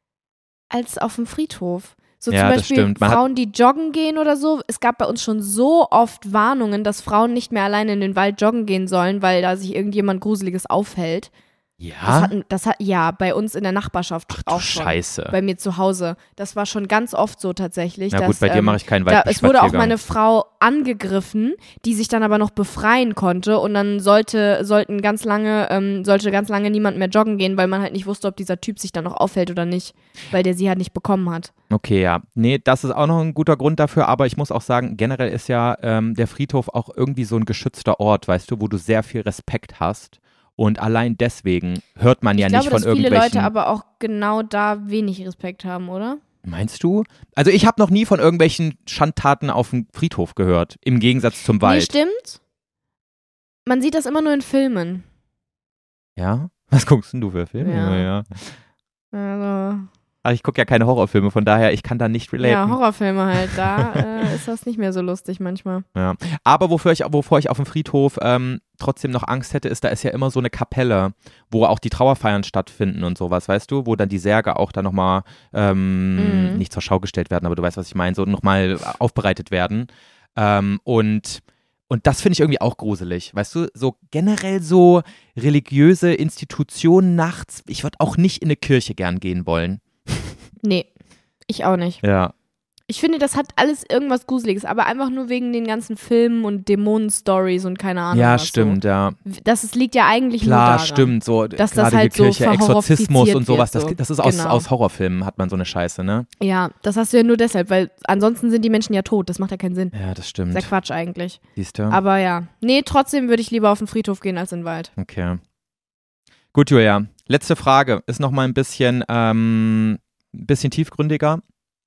A: als auf dem Friedhof. So
B: Ja,
A: zum
B: das
A: Beispiel
B: stimmt. Man hat-
A: Frauen, die joggen gehen oder so. Es gab bei uns schon so oft Warnungen, dass Frauen nicht mehr alleine in den Wald joggen gehen sollen, weil da sich irgendjemand Gruseliges aufhält. Das
B: ja,
A: hat, das hat, ja, bei uns in der Nachbarschaft
B: ach du
A: auch schon.
B: Scheiße.
A: Bei mir zu Hause. Das war schon ganz oft so tatsächlich.
B: Na
A: dass,
B: gut, bei dir
A: ähm,
B: mache ich keinen
A: da, es wurde auch
B: Waldspaziergang.
A: meine Frau angegriffen, die sich dann aber noch befreien konnte und dann sollte, sollten ganz lange, ähm, sollte ganz lange niemand mehr joggen gehen, weil man halt nicht wusste, ob dieser Typ sich dann noch aufhält oder nicht, weil der sie halt nicht bekommen hat.
B: Okay, ja. Nee, das ist auch noch ein guter Grund dafür, aber ich muss auch sagen, generell ist ja ähm, der Friedhof auch irgendwie so ein geschützter Ort, weißt du, wo du sehr viel Respekt hast. Und allein deswegen hört man ja
A: ich glaube,
B: nicht von
A: dass viele
B: irgendwelchen...
A: Leute aber auch genau da wenig Respekt haben, oder?
B: Meinst du? Also ich habe noch nie von irgendwelchen Schandtaten auf dem Friedhof gehört, im Gegensatz zum
A: Nee,
B: Wald.
A: stimmt. Man sieht das immer nur in Filmen.
B: Ja? Was guckst denn du für Filme?
A: Ja.
B: Ja.
A: Also,
B: Aber ich gucke ja keine Horrorfilme, von daher, ich kann da nicht relaten.
A: Ja, Horrorfilme halt, da äh, ist das nicht mehr so lustig manchmal.
B: Ja. Aber wofür ich, wovor ich auf dem Friedhof ähm, trotzdem noch Angst hätte, ist, da ist ja immer so eine Kapelle, wo auch die Trauerfeiern stattfinden und sowas, weißt du? Wo dann die Särge auch dann nochmal ähm,
A: Mhm.
B: nicht zur Schau gestellt werden, aber du weißt, was ich meine, so nochmal aufbereitet werden. Ähm, und Und das finde ich irgendwie auch gruselig, weißt du, so generell so religiöse Institutionen nachts, ich würde auch nicht in eine Kirche gern gehen wollen.
A: Nee, ich auch nicht.
B: Ja.
A: Ich finde, das hat alles irgendwas Gruseliges, aber einfach nur wegen den ganzen Filmen und Dämonen-Stories und keine Ahnung
B: Ja,
A: was
B: stimmt,
A: so.
B: ja.
A: Das ist, liegt ja eigentlich
B: Klar,
A: nur daran.
B: stimmt, so
A: dass das
B: gerade
A: halt
B: die Kirche,
A: so
B: Exorzismus und sowas,
A: wird,
B: das,
A: so.
B: das ist aus,
A: Genau.
B: aus Horrorfilmen, hat man so eine Scheiße, ne?
A: Ja, das hast du ja nur deshalb, weil ansonsten sind die Menschen ja tot, das macht ja keinen Sinn.
B: Ja, das stimmt.
A: Sehr Quatsch eigentlich.
B: Siehst du?
A: Aber ja, nee, trotzdem würde ich lieber auf den Friedhof gehen als in den Wald.
B: Okay. Gut, Julia, letzte Frage, ist nochmal ein bisschen, ähm, ein bisschen tiefgründiger.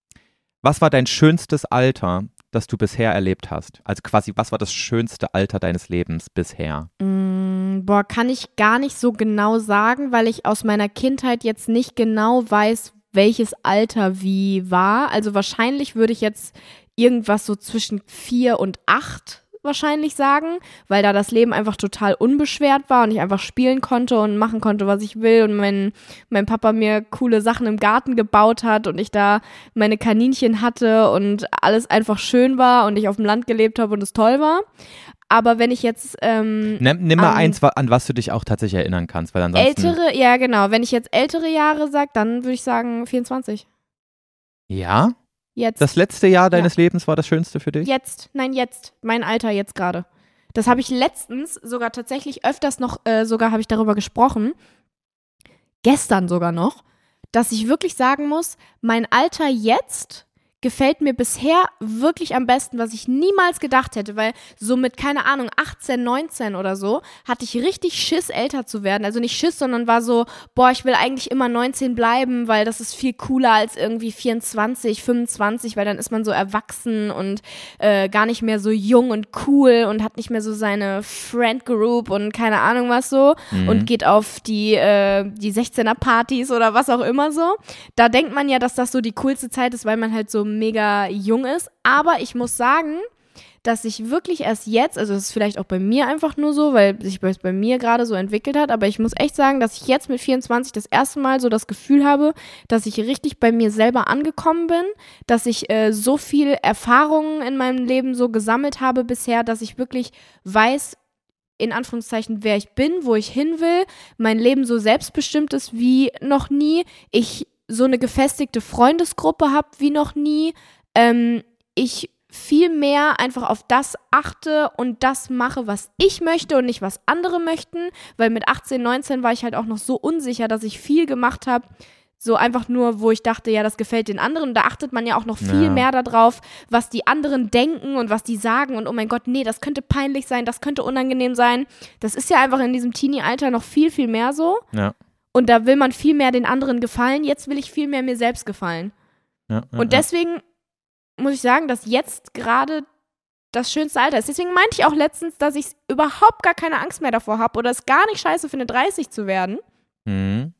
B: Was war dein schönstes Alter, das du bisher erlebt hast? Also quasi, was war das schönste Alter deines Lebens bisher?
A: Mm, boah, kann ich gar nicht so genau sagen, weil ich aus meiner Kindheit jetzt nicht genau weiß, welches Alter wie war. Also wahrscheinlich würde ich jetzt irgendwas so zwischen vier und acht wahrscheinlich sagen, weil da das Leben einfach total unbeschwert war und ich einfach spielen konnte und machen konnte, was ich will und mein, mein Papa mir coole Sachen im Garten gebaut hat und ich da meine Kaninchen hatte und alles einfach schön war und ich auf dem Land gelebt habe und es toll war. Aber wenn ich jetzt ähm,
B: Nimm, nimm mal
A: an
B: eins, wa- an was du dich auch tatsächlich erinnern kannst, weil ansonsten…
A: ältere, ja genau, wenn ich jetzt ältere Jahre sage, dann würde ich sagen vierundzwanzig.
B: Ja?
A: Jetzt.
B: Das letzte Jahr deines Lebens war das schönste für dich?
A: Jetzt, nein, jetzt. Mein Alter jetzt gerade. Das habe ich letztens sogar tatsächlich öfters noch, äh, sogar habe ich darüber gesprochen, gestern sogar noch, dass ich wirklich sagen muss, mein Alter jetzt gefällt mir bisher wirklich am besten, was ich niemals gedacht hätte, weil so mit, keine Ahnung, achtzehn, neunzehn oder so, hatte ich richtig Schiss, älter zu werden. Also nicht Schiss, sondern war so, boah, ich will eigentlich immer neunzehn bleiben, weil das ist viel cooler als irgendwie vierundzwanzig, fünfundzwanzig, weil dann ist man so erwachsen und äh, gar nicht mehr so jung und cool und hat nicht mehr so seine Friend Group und keine Ahnung was so
B: Mhm.
A: und geht auf die, äh, die sechzehner-Partys oder was auch immer so. Da denkt man ja, dass das so die coolste Zeit ist, weil man halt so mega jung ist, aber ich muss sagen, dass ich wirklich erst jetzt, also das ist vielleicht auch bei mir einfach nur so, weil sich das bei mir gerade so entwickelt hat, aber ich muss echt sagen, dass ich jetzt mit vierundzwanzig das erste Mal so das Gefühl habe, dass ich richtig bei mir selber angekommen bin, dass ich äh, so viel Erfahrungen in meinem Leben so gesammelt habe bisher, dass ich wirklich weiß, in Anführungszeichen, wer ich bin, wo ich hin will, mein Leben so selbstbestimmt ist wie noch nie, ich so eine gefestigte Freundesgruppe habe wie noch nie, ähm, ich viel mehr einfach auf das achte und das mache, was ich möchte und nicht, was andere möchten, weil mit achtzehn, neunzehn war ich halt auch noch so unsicher, dass ich viel gemacht habe, so einfach nur, wo ich dachte, ja, das gefällt den anderen. Und da achtet man ja auch noch viel
B: Ja.
A: mehr darauf, was die anderen denken und was die sagen. Und oh mein Gott, nee, das könnte peinlich sein, das könnte unangenehm sein. Das ist ja einfach in diesem Teenie-Alter noch viel, viel mehr so.
B: Ja.
A: Und da will man viel mehr den anderen gefallen. Jetzt will ich viel mehr mir selbst gefallen.
B: Ja, ja,
A: Und deswegen muss ich sagen, dass jetzt gerade das schönste Alter ist. Deswegen meinte ich auch letztens, dass ich überhaupt gar keine Angst mehr davor habe oder es gar nicht scheiße finde, dreißig zu werden.
B: ja. Mhm.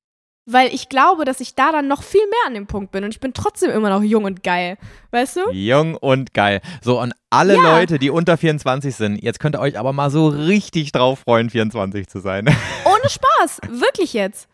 A: Weil ich glaube, dass ich da dann noch viel mehr an dem Punkt bin und ich bin trotzdem immer noch jung und geil. Weißt du?
B: Jung und geil. So, und alle
A: Ja.
B: Leute, die unter vierundzwanzig sind, jetzt könnt ihr euch aber mal so richtig drauf freuen, vierundzwanzig zu sein.
A: Ohne Spaß. Wirklich jetzt.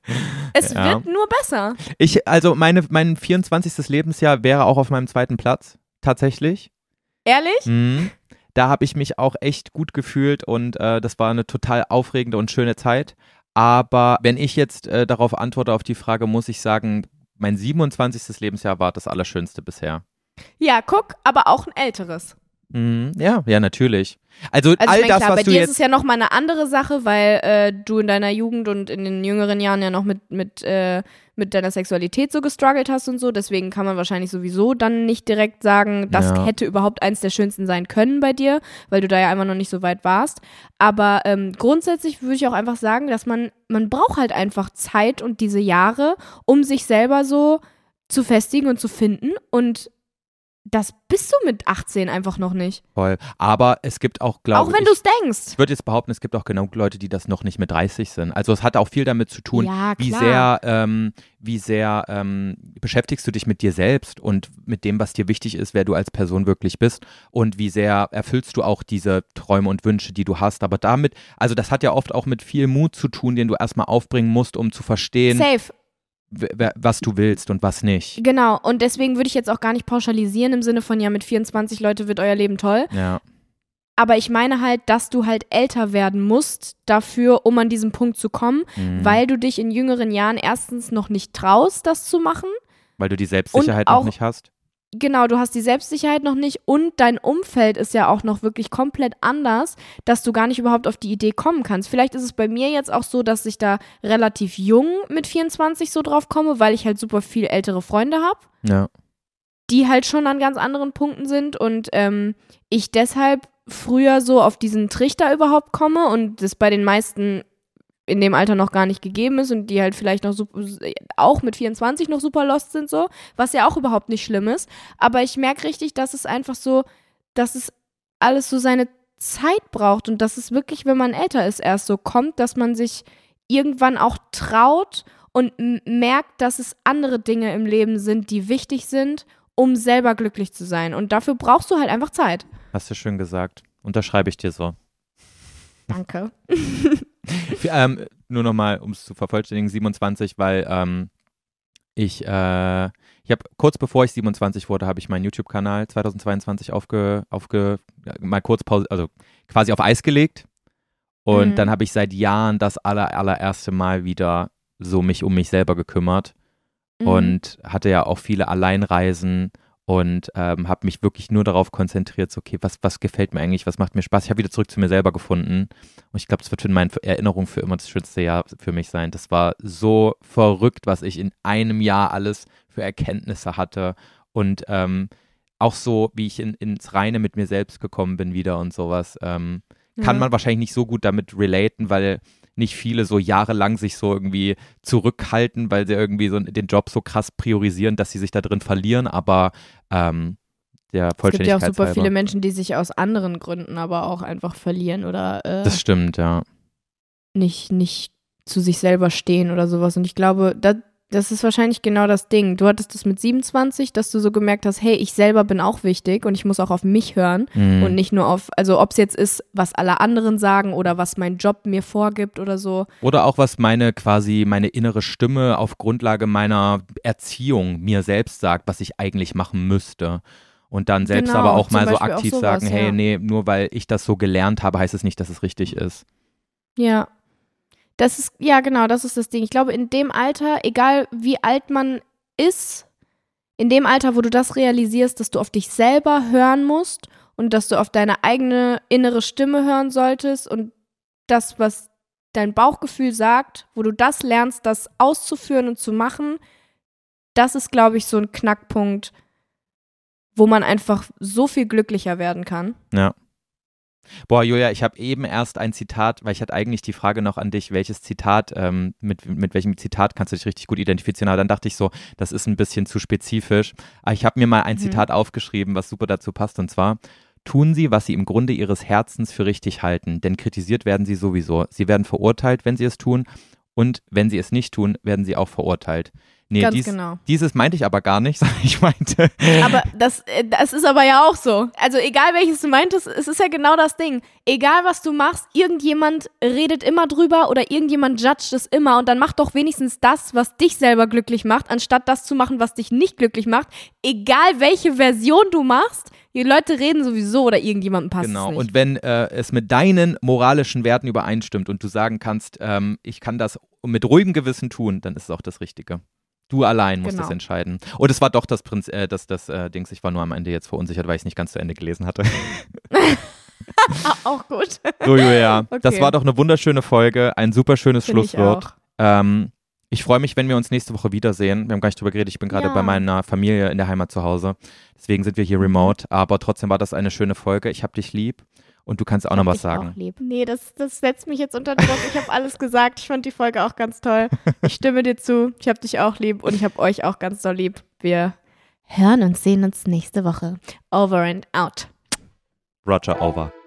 A: Es
B: Ja.
A: wird nur besser.
B: Ich, also meine, mein vierundzwanzigstes Lebensjahr wäre auch auf meinem zweiten Platz, tatsächlich.
A: Ehrlich?
B: Mhm. Da habe ich mich auch echt gut gefühlt und äh, das war eine total aufregende und schöne Zeit. Aber wenn ich jetzt äh, darauf antworte, auf die Frage, muss ich sagen, mein siebenundzwanzigstes Lebensjahr war das Allerschönste bisher.
A: Ja, guck, aber auch ein älteres.
B: Mhm. Ja, ja, natürlich. Also,
A: Also
B: all
A: ich meine,
B: das,
A: klar,
B: was
A: bei
B: du
A: dir
B: jetzt…
A: ist es ja nochmal eine andere Sache, weil äh, du in deiner Jugend und in den jüngeren Jahren ja noch mit, mit, äh, mit deiner Sexualität so gestruggelt hast und so. Deswegen kann man wahrscheinlich sowieso dann nicht direkt sagen, das
B: Ja.
A: hätte überhaupt eins der schönsten sein können bei dir, weil du da ja einfach noch nicht so weit warst. Aber ähm, grundsätzlich würde ich auch einfach sagen, dass man, man braucht halt einfach Zeit und diese Jahre, um sich selber so zu festigen und zu finden und das bist du mit achtzehn einfach noch nicht.
B: Voll. Aber es gibt auch, glaube ich.
A: Auch wenn du es denkst.
B: Ich würde jetzt behaupten, es gibt auch genug Leute, die das noch nicht mit dreißig sind. Also es hat auch viel damit zu tun,
A: ja,
B: wie sehr, ähm, wie sehr ähm, beschäftigst du dich mit dir selbst und mit dem, was dir wichtig ist, wer du als Person wirklich bist und wie sehr erfüllst du auch diese Träume und Wünsche, die du hast. Aber damit, also das hat ja oft auch mit viel Mut zu tun, den du erstmal aufbringen musst, um zu verstehen.
A: Safe.
B: Was du willst und was nicht.
A: Genau, und deswegen würde ich jetzt auch gar nicht pauschalisieren im Sinne von, ja, mit vierundzwanzig Leute wird euer Leben toll.
B: Ja.
A: Aber ich meine halt, dass du halt älter werden musst dafür, um an diesen Punkt zu kommen,
B: Mhm.
A: weil du dich in jüngeren Jahren erstens noch nicht traust, das zu machen.
B: Weil du die Selbstsicherheit
A: Und auch-
B: noch nicht hast.
A: Genau, du hast die Selbstsicherheit noch nicht und dein Umfeld ist ja auch noch wirklich komplett anders, dass du gar nicht überhaupt auf die Idee kommen kannst. Vielleicht ist es bei mir jetzt auch so, dass ich da relativ jung mit vierundzwanzig so drauf komme, weil ich halt super viel ältere Freunde habe,
B: Ja.
A: die halt schon an ganz anderen Punkten sind und ähm, ich deshalb früher so auf diesen Trichter überhaupt komme und das bei den meisten in dem Alter noch gar nicht gegeben ist und die halt vielleicht noch super, auch mit vierundzwanzig noch super lost sind so, was ja auch überhaupt nicht schlimm ist. Aber ich merke richtig, dass es einfach so, dass es alles so seine Zeit braucht und dass es wirklich, wenn man älter ist, erst so kommt, dass man sich irgendwann auch traut und m- merkt, dass es andere Dinge im Leben sind, die wichtig sind, um selber glücklich zu sein. Und dafür brauchst du halt einfach Zeit.
B: Hast du schön gesagt. Unterschreibe ich dir so.
A: Danke.
B: Für, ähm, nur nochmal, um es zu vervollständigen, siebenundzwanzig, weil ähm, ich, äh, ich habe kurz bevor ich siebenundzwanzig wurde, habe ich meinen YouTube-Kanal zweitausendzweiundzwanzig aufge, aufge, mal kurz Pause, also quasi auf Eis gelegt. Und
A: Mhm.
B: dann habe ich seit Jahren das aller, allererste Mal wieder so mich um mich selber gekümmert
A: Mhm.
B: und hatte ja auch viele Alleinreisen und ähm, habe mich wirklich nur darauf konzentriert, so, okay, was, was gefällt mir eigentlich, was macht mir Spaß. Ich habe wieder zurück zu mir selber gefunden und ich glaube, das wird in meinen Erinnerungen für immer das schönste Jahr für mich sein. Das war so verrückt, was ich in einem Jahr alles für Erkenntnisse hatte und ähm, auch so, wie ich in, ins Reine mit mir selbst gekommen bin wieder und sowas, ähm, kann
A: Ja.
B: man wahrscheinlich nicht so gut damit relaten, weil nicht viele so jahrelang sich so irgendwie zurückhalten, weil sie irgendwie so den Job so krass priorisieren, dass sie sich da drin verlieren, aber ähm, der
A: Es gibt ja auch
B: Vollständigkeit
A: super
B: halber.
A: viele Menschen, die sich aus anderen Gründen aber auch einfach verlieren oder äh,
B: Das stimmt, ja.
A: nicht, nicht zu sich selber stehen oder sowas. Und ich glaube, das, das ist wahrscheinlich genau das Ding. Du hattest das mit siebenundzwanzig, dass du so gemerkt hast, hey, ich selber bin auch wichtig und ich muss auch auf mich hören
B: Mhm.
A: und nicht nur auf, also ob es jetzt ist, was alle anderen sagen oder was mein Job mir vorgibt oder so.
B: Oder auch was meine quasi meine innere Stimme auf Grundlage meiner Erziehung mir selbst sagt, was ich eigentlich machen müsste. Und dann selbst
A: Genau,
B: aber auch
A: zum
B: mal so
A: Beispiel auch
B: aktiv
A: sowas,
B: sagen, hey,
A: ja.
B: nee, nur weil ich das so gelernt habe, heißt es nicht, dass es richtig ist.
A: Ja. Das ist, ja genau, das ist das Ding. Ich glaube, in dem Alter, egal wie alt man ist, in dem Alter, wo du das realisierst, dass du auf dich selber hören musst und dass du auf deine eigene innere Stimme hören solltest und das, was dein Bauchgefühl sagt, wo du das lernst, das auszuführen und zu machen, das ist, glaube ich, so ein Knackpunkt, wo man einfach so viel glücklicher werden kann.
B: Ja. Boah, Julia, ich habe eben erst ein Zitat, weil ich hatte eigentlich die Frage noch an dich, welches Zitat, ähm, mit, mit welchem Zitat kannst du dich richtig gut identifizieren, aber dann dachte ich so, das ist ein bisschen zu spezifisch. Aber ich habe mir mal ein
A: Mhm.
B: Zitat aufgeschrieben, was super dazu passt, und zwar: Tun Sie, was Sie im Grunde Ihres Herzens für richtig halten, denn kritisiert werden Sie sowieso. Sie werden verurteilt, wenn Sie es tun, und wenn Sie es nicht tun, werden Sie auch verurteilt. Nee,
A: Ganz
B: dies,
A: genau.
B: dieses meinte ich aber gar nicht, sondern ich meinte,
A: Aber das, äh, das ist aber ja auch so. Also egal welches du meintest, es ist ja genau das Ding. Egal was du machst, irgendjemand redet immer drüber oder irgendjemand judgt es immer und dann mach doch wenigstens das, was dich selber glücklich macht, anstatt das zu machen, was dich nicht glücklich macht. Egal welche Version du machst, die Leute reden sowieso oder irgendjemandem passt
B: genau,
A: es nicht.
B: und wenn äh, es mit deinen moralischen Werten übereinstimmt und du sagen kannst, ähm, ich kann das mit ruhigem Gewissen tun, dann ist es auch das Richtige. Du allein musst
A: Genau.
B: das entscheiden. Und es war doch das Prinz, äh, das, das äh, Dings, ich war nur am Ende jetzt verunsichert, weil ich es nicht ganz zu Ende gelesen hatte.
A: Ah, auch gut.
B: So, Julia,
A: Okay.
B: das war doch eine wunderschöne Folge, ein super schönes
A: Finde ich
B: Schlusswort.
A: auch.
B: Ähm, ich freue mich, wenn wir uns nächste Woche wiedersehen. Wir haben gar nicht drüber geredet, ich bin gerade
A: Ja.
B: bei meiner Familie in der Heimat zu Hause. Deswegen sind wir hier remote, aber trotzdem war das eine schöne Folge. Ich hab dich lieb und du kannst auch noch was sagen.
A: Auch lieb. Nee, das, das setzt mich jetzt unter Druck. Ich habe alles gesagt. Ich fand die Folge auch ganz toll. Ich stimme dir zu. Ich habe dich auch lieb und ich habe euch auch ganz doll lieb. Wir hören und sehen uns nächste Woche. Over and out.
B: Roger, over.